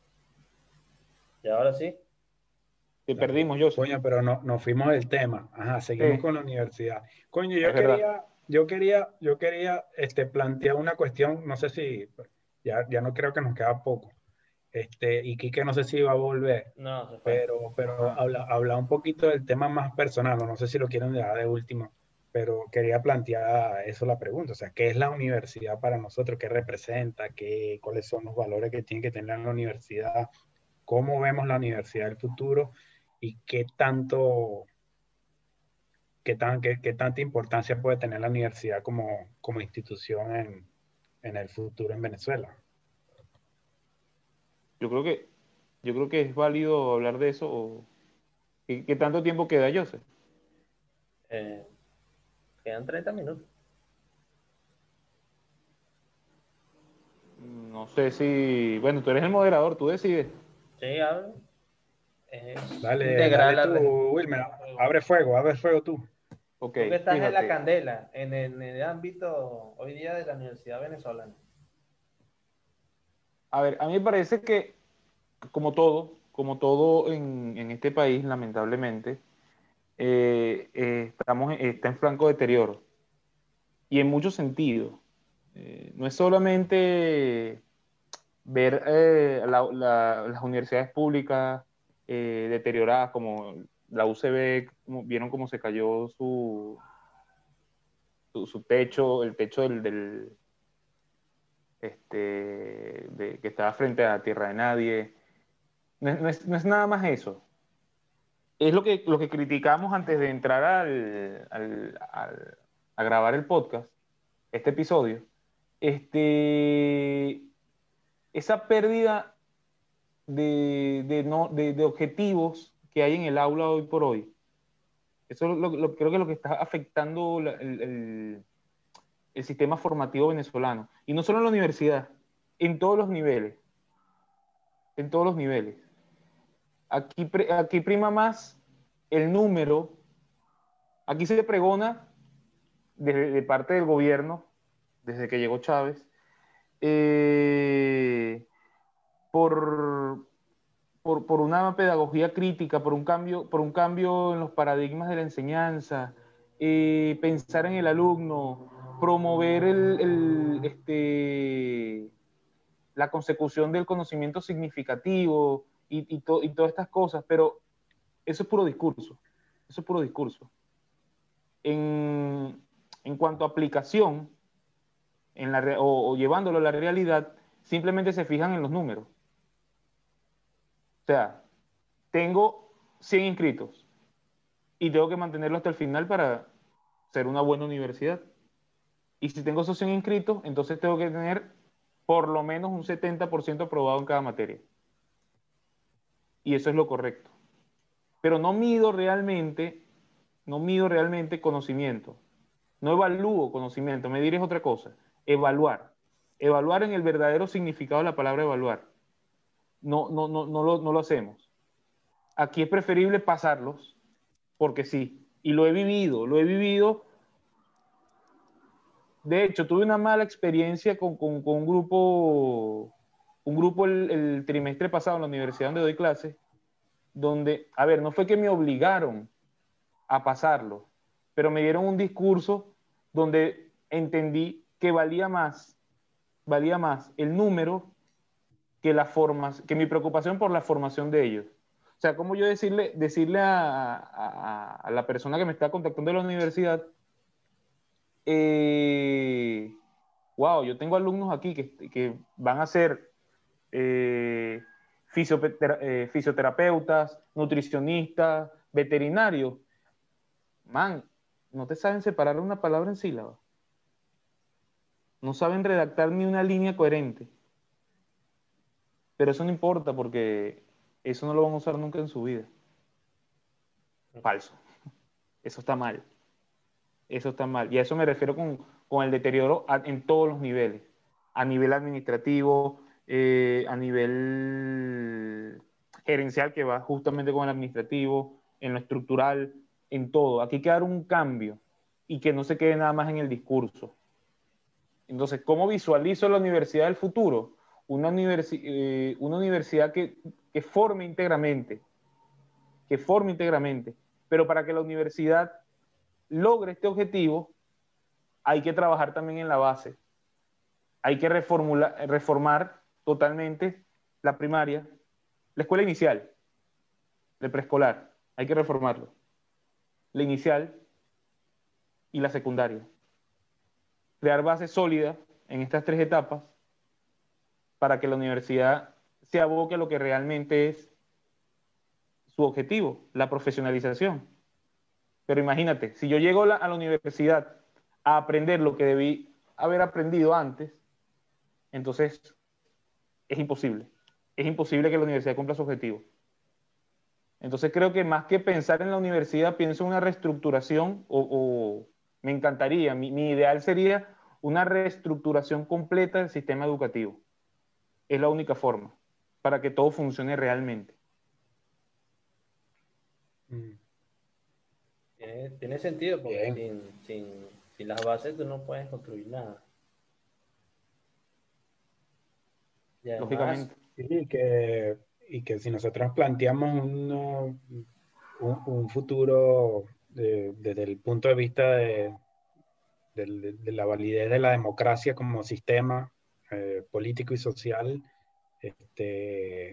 Y ahora sí, te La pro- perdimos, Joseph. Coño, pero no, nos fuimos del tema. Ajá, seguimos Sí, con la universidad. Coño, es yo verdad. quería, yo quería, yo quería este, plantear una cuestión, no sé si, ya, ya no creo que nos queda poco. Este, y Quique no sé si va a volver, no, se fue. pero, pero Ajá. habla, habla un poquito del tema más personal, no, no sé si lo quieren dejar de último, pero quería plantear eso la pregunta, o sea, ¿qué es la universidad para nosotros? ¿Qué representa? ¿Qué, cuáles son los valores que tiene que tener la universidad? ¿Cómo vemos la universidad del futuro? ¿Y qué tanto, qué tan, qué, qué tanta importancia puede tener la universidad como, como institución en, en el futuro en Venezuela? Yo creo que, yo creo que es válido hablar de eso. O, ¿qué, qué tanto tiempo queda, Joseph? Eh, quedan treinta minutos. No sé si, bueno, tú eres el moderador, tú decides. Sí, hablo. Es Dale, integral dale la tú, red. Wilmer, abre fuego, abre fuego tú. Ok, Tú que estás en la fíjate. candela, en el, en el ámbito hoy día de la Universidad Venezolana. A ver, a mí me parece que, como todo, como todo en, en este país, lamentablemente, eh, eh, estamos, está en franco deterioro. Y en muchos sentidos. Eh, no es solamente ver eh, la- la- las universidades públicas eh, deterioradas, como la U C B, como, vieron cómo se cayó su, su, su techo, el techo del, del, este, de, que estaba frente a Tierra de Nadie. No es, no es, no es nada más eso. Es lo que, lo que criticamos antes de entrar al, al, al, a grabar el podcast, este episodio. Este, esa pérdida de, de, no, de, de objetivos que hay en el aula hoy por hoy. Eso lo, lo, creo que es lo que está afectando la, el, el, el sistema formativo venezolano. Y no solo en la universidad, en todos los niveles. En todos los niveles. Aquí, aquí prima más el número. Aquí se pregona de, de parte del gobierno, desde que llegó Chávez, eh, por, por, por, una pedagogía crítica, por un cambio, por un cambio en los paradigmas de la enseñanza, eh, pensar en el alumno, promover el, el, este, la consecución del conocimiento significativo y, y, to, y todas estas cosas, pero eso es puro discurso, eso es puro discurso. En, en cuanto a aplicación, en la, o, o llevándolo a la realidad, simplemente se fijan en los números. O sea, tengo cien inscritos y tengo que mantenerlo hasta el final para ser una buena universidad. Y si tengo esos cien inscritos, entonces tengo que tener por lo menos un setenta por ciento aprobado en cada materia. Y eso es lo correcto. Pero no mido realmente no mido realmente conocimiento, no evalúo conocimiento, medir es otra cosa, evaluar, evaluar en el verdadero significado de la palabra evaluar, no, no, no, no, lo, no lo hacemos. Aquí es preferible pasarlos, porque sí, y lo he vivido, lo he vivido. De hecho, tuve una mala experiencia con, con, con un grupo, un grupo el, el trimestre pasado en la universidad donde doy clases, donde, a ver, no fue que me obligaron a pasarlo, pero me dieron un discurso donde entendí que valía más, valía más el número que la forma, que mi preocupación por la formación de ellos. O sea, como yo decirle, decirle a, a, a la persona que me está contactando de la universidad, eh, wow, yo tengo alumnos aquí que, que van a ser eh, fisiotera, eh, fisioterapeutas, nutricionistas, veterinarios. Man, no te saben separar una palabra en sílaba. No saben redactar ni una línea coherente. Pero eso no importa porque eso no lo van a usar nunca en su vida. Falso. Eso está mal. Eso está mal. Y a eso me refiero con, con el deterioro a, en todos los niveles. A nivel administrativo, eh, a nivel gerencial, que va justamente con el administrativo, en lo estructural, en todo. Aquí hay que dar un cambio y que no se quede nada más en el discurso. Entonces, ¿cómo visualizo la universidad del futuro? Una, universi eh, una universidad que, que forme íntegramente, que forme íntegramente. Pero para que la universidad logre este objetivo, hay que trabajar también en la base. Hay que reformular, reformar totalmente la primaria, la escuela inicial, el preescolar. Hay que reformarlo. La inicial y la secundaria. Crear bases sólidas en estas tres etapas para que la universidad se aboque a lo que realmente es su objetivo, la profesionalización. Pero imagínate, si yo llego a la universidad a aprender lo que debí haber aprendido antes, entonces es imposible. Es imposible que la universidad cumpla su objetivo. Entonces creo que más que pensar en la universidad, pienso en una reestructuración o, o me encantaría, mi, mi ideal sería una reestructuración completa del sistema educativo. Es la única forma para que todo funcione realmente. Tiene, tiene sentido porque sin, sin, sin las bases tú no puedes construir nada. Y además, Lógicamente. Sí, que, y que si nosotros planteamos uno, un, un futuro de, desde el punto de vista de, de, de la validez de la democracia como sistema eh, político y social, este,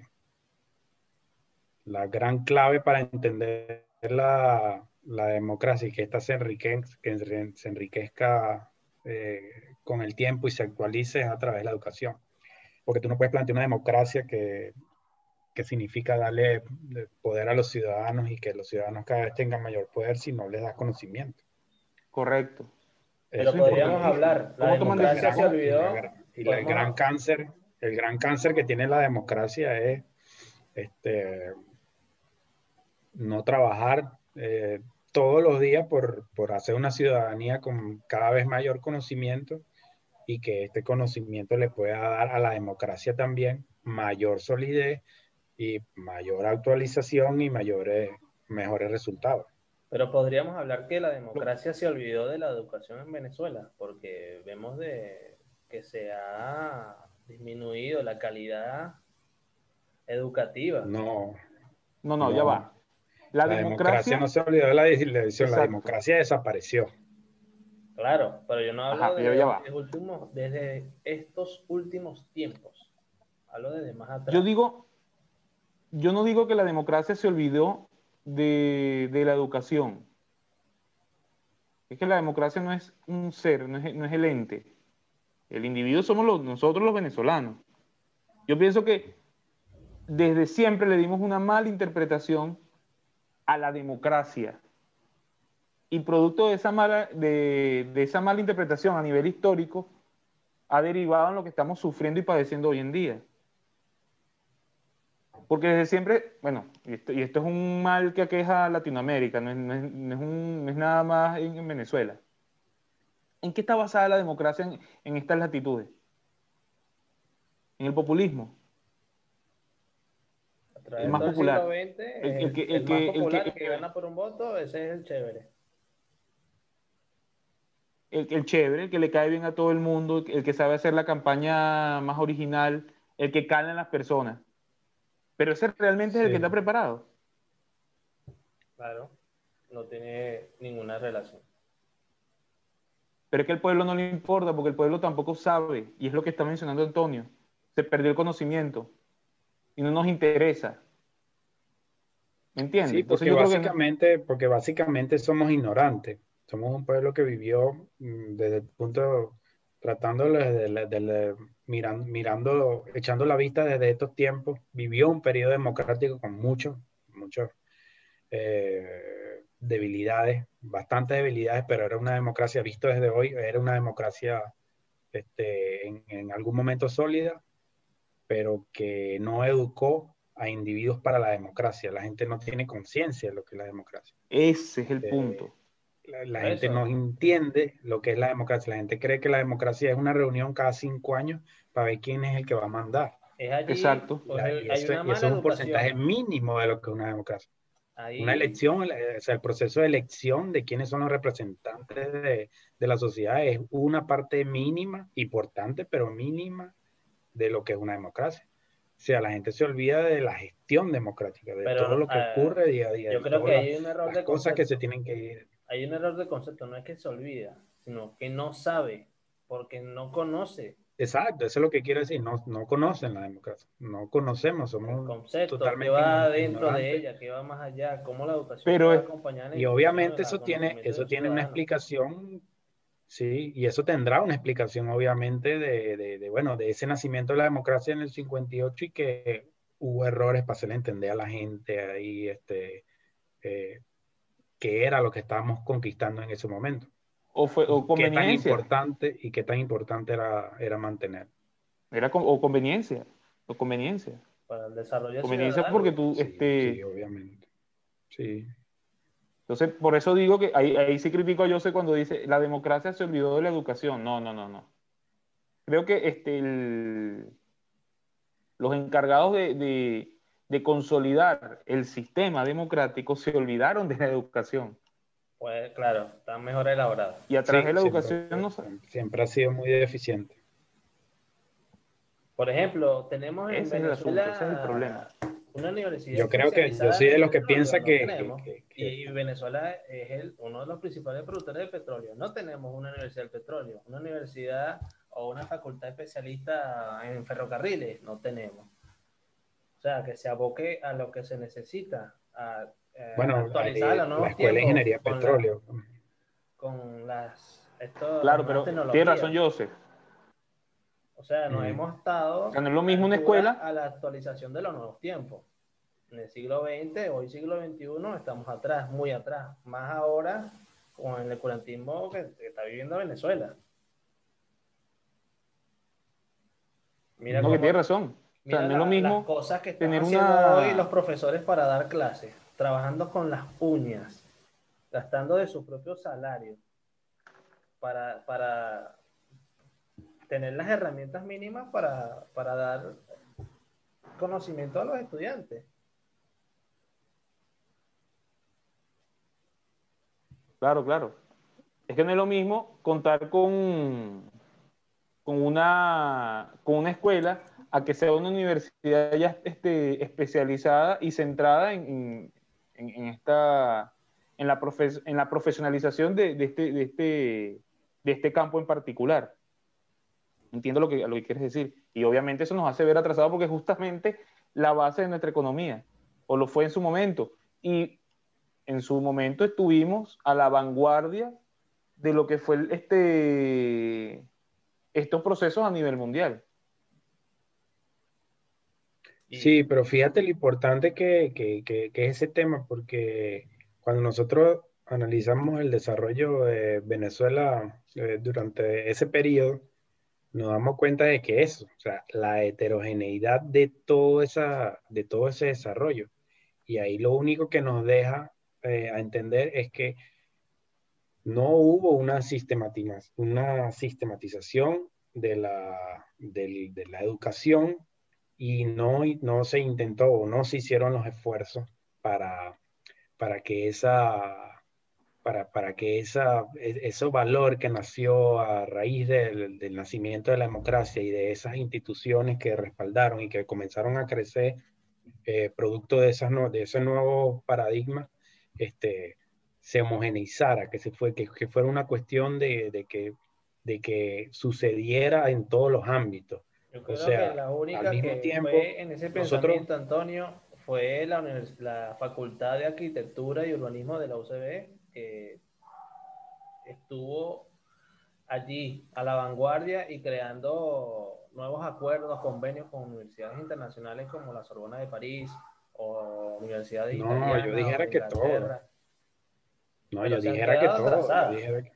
la gran clave para entender la, la democracia y que ésta se enriquezca, que se enriquezca eh, con el tiempo y se actualice a través de la educación. Porque tú no puedes plantear una democracia que, que significa darle poder a los ciudadanos y que los ciudadanos cada vez tengan mayor poder si no les das conocimiento. Correcto. pero Eso es podríamos importantísimo. hablar, la ¿Cómo toman democracia se decisiones? Y, la, olvidó. y la, el gran cáncer, el gran cáncer que tiene la democracia es este, no trabajar eh, todos los días por, por hacer una ciudadanía con cada vez mayor conocimiento y que este conocimiento le pueda dar a la democracia también mayor solidez y mayor actualización y mayores, mejores resultados. Pero podríamos hablar que la democracia se olvidó de la educación en Venezuela, porque vemos de que se ha disminuido la calidad educativa. No, No, no, no. ya va. La, La democracia, democracia no se olvidó de la legislación, la exacto. democracia desapareció. Claro, pero yo no hablo Ajá, de, ya, ya va. de últimos, desde estos últimos tiempos. Hablo desde más atrás. Yo digo, yo no digo que la democracia se olvidó de, de la educación. Es que la democracia no es un ser, no es, no es el ente. El individuo somos los, nosotros los venezolanos. Yo pienso que desde siempre le dimos una mala interpretación a la democracia. Y producto de esa mala, de, de esa mala interpretación a nivel histórico, ha derivado en lo que estamos sufriendo y padeciendo hoy en día. Porque desde siempre, bueno, y esto, y esto es un mal que aqueja a Latinoamérica, no es, no es- no es un- no es nada más en, en Venezuela. ¿En qué está basada la democracia en, en estas latitudes? En el populismo, A el través de más todo el siglo popular, veinte, el, el el, que, el el más que, el que, popular, el el que que- gana por un voto, ese es el chévere. el, el chévere, el que le cae bien a todo el mundo, el que sabe hacer la campaña más original, el que cala en las personas. Pero ese realmente es el que está Sí. preparado. Claro, no tiene ninguna relación. Pero es que al pueblo no le importa, porque el pueblo tampoco sabe, y es lo que está mencionando Antonio. Se perdió el conocimiento y no nos interesa. ¿Me entiendes? Sí, Entonces porque yo creo que no- básicamente, porque básicamente somos ignorantes. Somos un pueblo que vivió mm, desde el punto, tratándolo desde la- de la- mirando, mirando, echando la vista desde estos tiempos, vivió un periodo democrático con muchos, muchos eh, debilidades, bastantes debilidades, pero era una democracia, visto desde hoy, era una democracia este, en, en algún momento sólida, pero que no educó a individuos para la democracia. La gente no tiene conciencia de lo que es la democracia. ese es el Eh, punto. la, la Por gente no eso, entiende lo que es la democracia. La gente cree que la democracia es una reunión cada cinco años para ver quién es el que va a mandar. es allí, Exacto. Y, pues la- el- y hay eso, una y eso mala es un porcentaje educación. mínimo de lo que es una democracia. Una Ahí, elección, o sea, el proceso de elección de quiénes son los representantes de, de la sociedad es una parte mínima, importante, pero mínima de lo que es una democracia. O sea, la gente se olvida de la gestión democrática, de todo pero lo que eh, ocurre día a día yo y creo todas que las, hay un error las de cosas que se concepto. tienen que ir. Hay un error de concepto, no es que se olvida, sino que no sabe, porque no conoce Exacto, eso es lo que quiero decir, no, no conocen la democracia, no conocemos, el somos concepto, qué totalmente va igno- dentro de ignorantes. ella, qué va más allá, cómo la educación Pero puede es, acompañar la Y instrucción y obviamente el eso tiene, conocimiento de eso un tiene una ciudadano. explicación. Sí, y eso tendrá una explicación, obviamente, de, de, de, bueno, de ese nacimiento de la democracia en el cincuenta y ocho y que hubo errores para hacerle entender a la gente ahí, este, eh, qué era lo que estábamos conquistando en ese momento o, fue, o y qué tan conveniencia, importante y qué tan importante era, era mantener. era con- o conveniencia, o conveniencia. Para el desarrollo Conveniencia porque ciudadano. tú, Sí, sí, este, obviamente. Sí, entonces por eso digo que ahí, ahí sí critico a José cuando dice la democracia se olvidó de la educación. No, no, no, no. Creo que este, el- los encargados de, de, de consolidar el sistema democrático se olvidaron de la educación. Pues claro, está mejor elaborado. Y a través de sí, la siempre, educación no... siempre, siempre ha sido muy deficiente. Por ejemplo, tenemos en Ese es el asunto, ese es el problema. Venezuela una universidad Yo creo que, yo especializada soy en de el los que petróleo, piensa no que, que, tenemos. que, que Y Venezuela es el, uno de los principales productores de petróleo. No tenemos una universidad del petróleo, una universidad o una facultad especialista en ferrocarriles, no tenemos. O sea, que se aboque a lo que se necesita, a, eh, bueno, actualizar a hay los la nuevos Escuela de tiempos Ingeniería con, la, Petróleo. con las, esto, las Claro, nuevas pero tiene razón tecnologías. Joseph. O sea, nos Mm. hemos O sea, estado no es lo a la mismo una altura escuela, a la actualización de los nuevos tiempos. En el siglo veinte, hoy siglo veintiuno, estamos atrás, muy atrás. Más ahora con el oscurantismo que, que está viviendo Venezuela. Mira no, que tiene cómo, razón. O sea, mira no es lo la- las mismo cosas que están tener haciendo hoy los una... profesores para dar clases, trabajando con las uñas, gastando de su propio salario para, para tener las herramientas mínimas para, para dar conocimiento a los estudiantes. Claro, claro. Es que no es lo mismo contar con, con una, con una escuela a que sea una universidad ya este, especializada y centrada en, en, en esta, en la, profe, en la profesionalización de, de, este, de, este, de este campo en particular. Entiendo lo que, lo que quieres decir. Y obviamente eso nos hace ver atrasados porque es justamente la base de nuestra economía, o lo fue en su momento. Y en su momento estuvimos a la vanguardia de lo que fue este, estos procesos a nivel mundial. Sí, Y pero fíjate lo importante que, que, que, que es ese tema, porque cuando nosotros analizamos el desarrollo de Venezuela eh, durante ese periodo, nos damos cuenta de que eso, o sea, la heterogeneidad de todo, esa, de todo ese desarrollo. Y ahí lo único que nos deja eh, a entender es que no hubo una, sistematiza- una sistematización de la, del- de la educación y no, no se intentó o no se hicieron los esfuerzos para, para que esa, para, para que esa, e- ese valor que nació a raíz del, del nacimiento de la democracia y de esas instituciones que respaldaron y que comenzaron a crecer eh, producto de, esas no- de ese nuevo paradigma, este, se homogeneizara, que, se fue, que, que fuera una cuestión de, de que, de que sucediera en todos los ámbitos. Yo O creo que sea, la al única mismo que tiempo, fue en ese nosotros, pensamiento, Antonio, fue la, univers- la Facultad de Arquitectura y Urbanismo de la U C B, que estuvo allí a la vanguardia y creando nuevos acuerdos, convenios con universidades internacionales como la Sorbona de París o universidades no, yo italianas o dijera de que todo, Inglaterra, no, pero yo se han dijera que quedado todo, yo atrasadas, dijera que,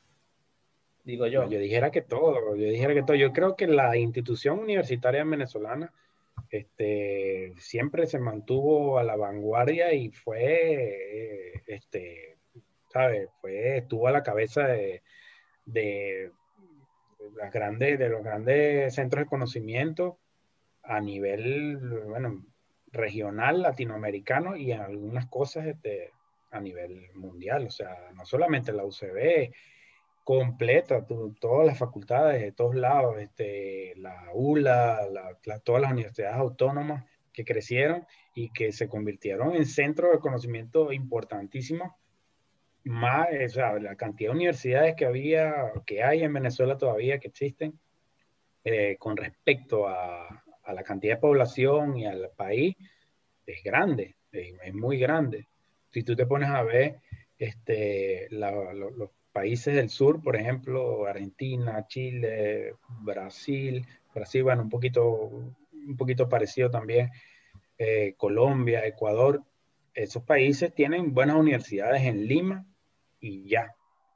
digo no, yo. yo dijera que todo, yo dijera que todo. Yo creo que la institución universitaria venezolana este, siempre se mantuvo a la vanguardia y fue, eh, este, ¿sabes? Fue, estuvo a la cabeza de, de, las grandes, de los grandes centros de conocimiento a nivel, bueno, regional, latinoamericano y en algunas cosas este, a nivel mundial. O sea, no solamente la U C B, completa, tu- todas las facultades de todos lados, este, la U L A, la- la- todas las universidades autónomas que crecieron y que se convirtieron en centros de conocimiento importantísimos. Más, o sea, la cantidad de universidades que había, que hay en Venezuela todavía, que existen, eh, con respecto a, a la cantidad de población y al país, es grande, es, es muy grande. Si tú te pones a ver este, la, lo, los países del sur, por ejemplo, Argentina, Chile, Brasil, Brasil, bueno, un poquito, un poquito parecido también, eh, Colombia, Ecuador, esos países tienen buenas universidades en Lima y ya,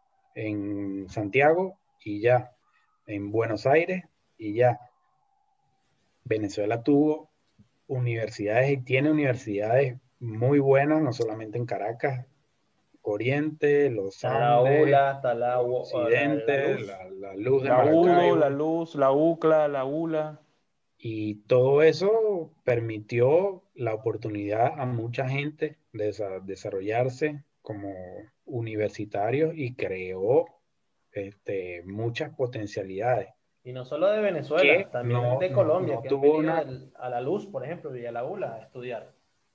en Santiago y ya, en Buenos Aires y ya. Venezuela tuvo universidades y tiene universidades muy buenas, no solamente en Caracas, Oriente, los Está la Andes, ULA, está la, U- la, la Occidente, Luz. la, la Luz de La UDO, la Maracaibo, Luz, la UCLA, la ULA. y todo eso permitió la oportunidad a mucha gente de desa- desarrollarse como universitarios y creó este, muchas potencialidades Y no solo de Venezuela, que también no, de no, Colombia, no que han tuvo venido una. del- a la Luz, por ejemplo, y a la ULA a estudiar.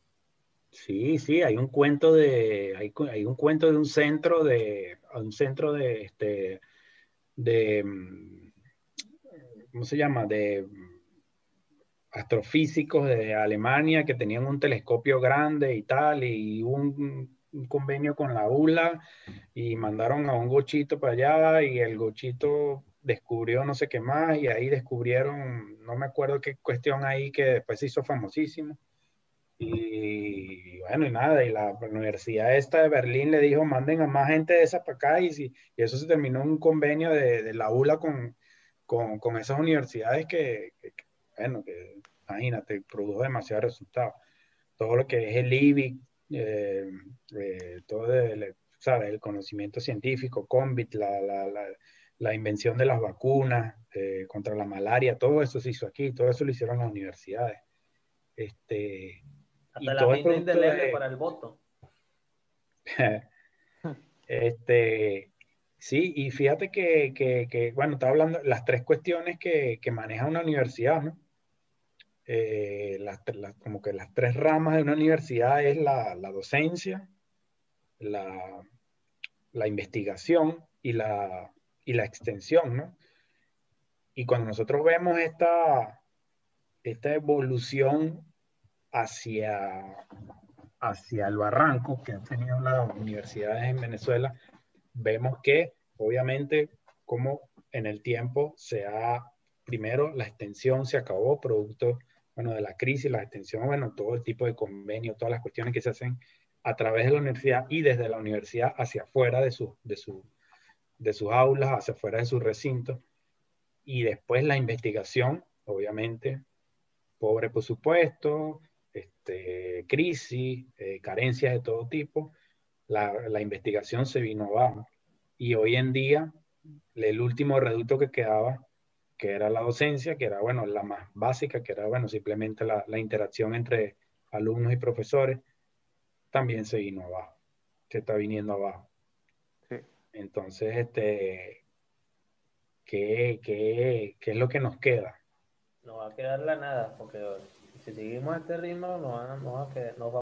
Sí, sí, hay un cuento de, hay, cu- hay un cuento de un centro de, un centro de, este, de, mm, ¿cómo se llama? De mm, astrofísicos de Alemania que tenían un telescopio grande y tal, y hubo un, un convenio con la U L A y mandaron a un gochito para allá y el gochito descubrió no sé qué más y ahí descubrieron, no me acuerdo qué cuestión ahí que después se hizo famosísimo. Y bueno, y nada, y la, la universidad esta de Berlín le dijo, manden a más gente de esas para acá, y, si, y eso se terminó en un convenio de, de la U L A con, con, con esas universidades que, que, que, bueno, que imagínate, produjo demasiados resultados. Todo lo que es el I B I C, eh, eh, todo el, ¿sabes? El conocimiento científico, CONVIT, la, la, la, la invención de las vacunas eh, contra la malaria, todo eso se hizo aquí, todo eso lo hicieron las universidades. Este, Hasta y la todo es tinta producto indeleble de, para el voto. este, sí, y fíjate que, que, que, bueno, estaba hablando las tres cuestiones que, que maneja una universidad, ¿no? Eh, las, las, como que las tres ramas de una universidad es la, la docencia, la, la investigación y la, y la extensión, ¿no? Y cuando nosotros vemos esta, esta evolución hacia, hacia el barranco que han tenido las universidades en Venezuela, vemos que obviamente como en el tiempo se ha, primero la extensión se acabó, producto, bueno, de la crisis, la extensión, bueno, todo el tipo de convenios, todas las cuestiones que se hacen a través de la universidad y desde la universidad hacia afuera de, su, de, su, de sus aulas, hacia afuera de sus recintos. y después la investigación, obviamente, pobre presupuesto, este, crisis, eh, carencias de todo tipo, la, la investigación se vino abajo. Y hoy en día, el último reducto que quedaba, que era la docencia, que era, bueno, la más básica, que era, bueno, simplemente la, la interacción entre alumnos y profesores, también se vino abajo, se está viniendo abajo. Sí. Entonces, este, ¿qué, qué, qué es lo que nos queda? No va a quedar la nada, porque si seguimos este ritmo, no va, no va a quedar, no va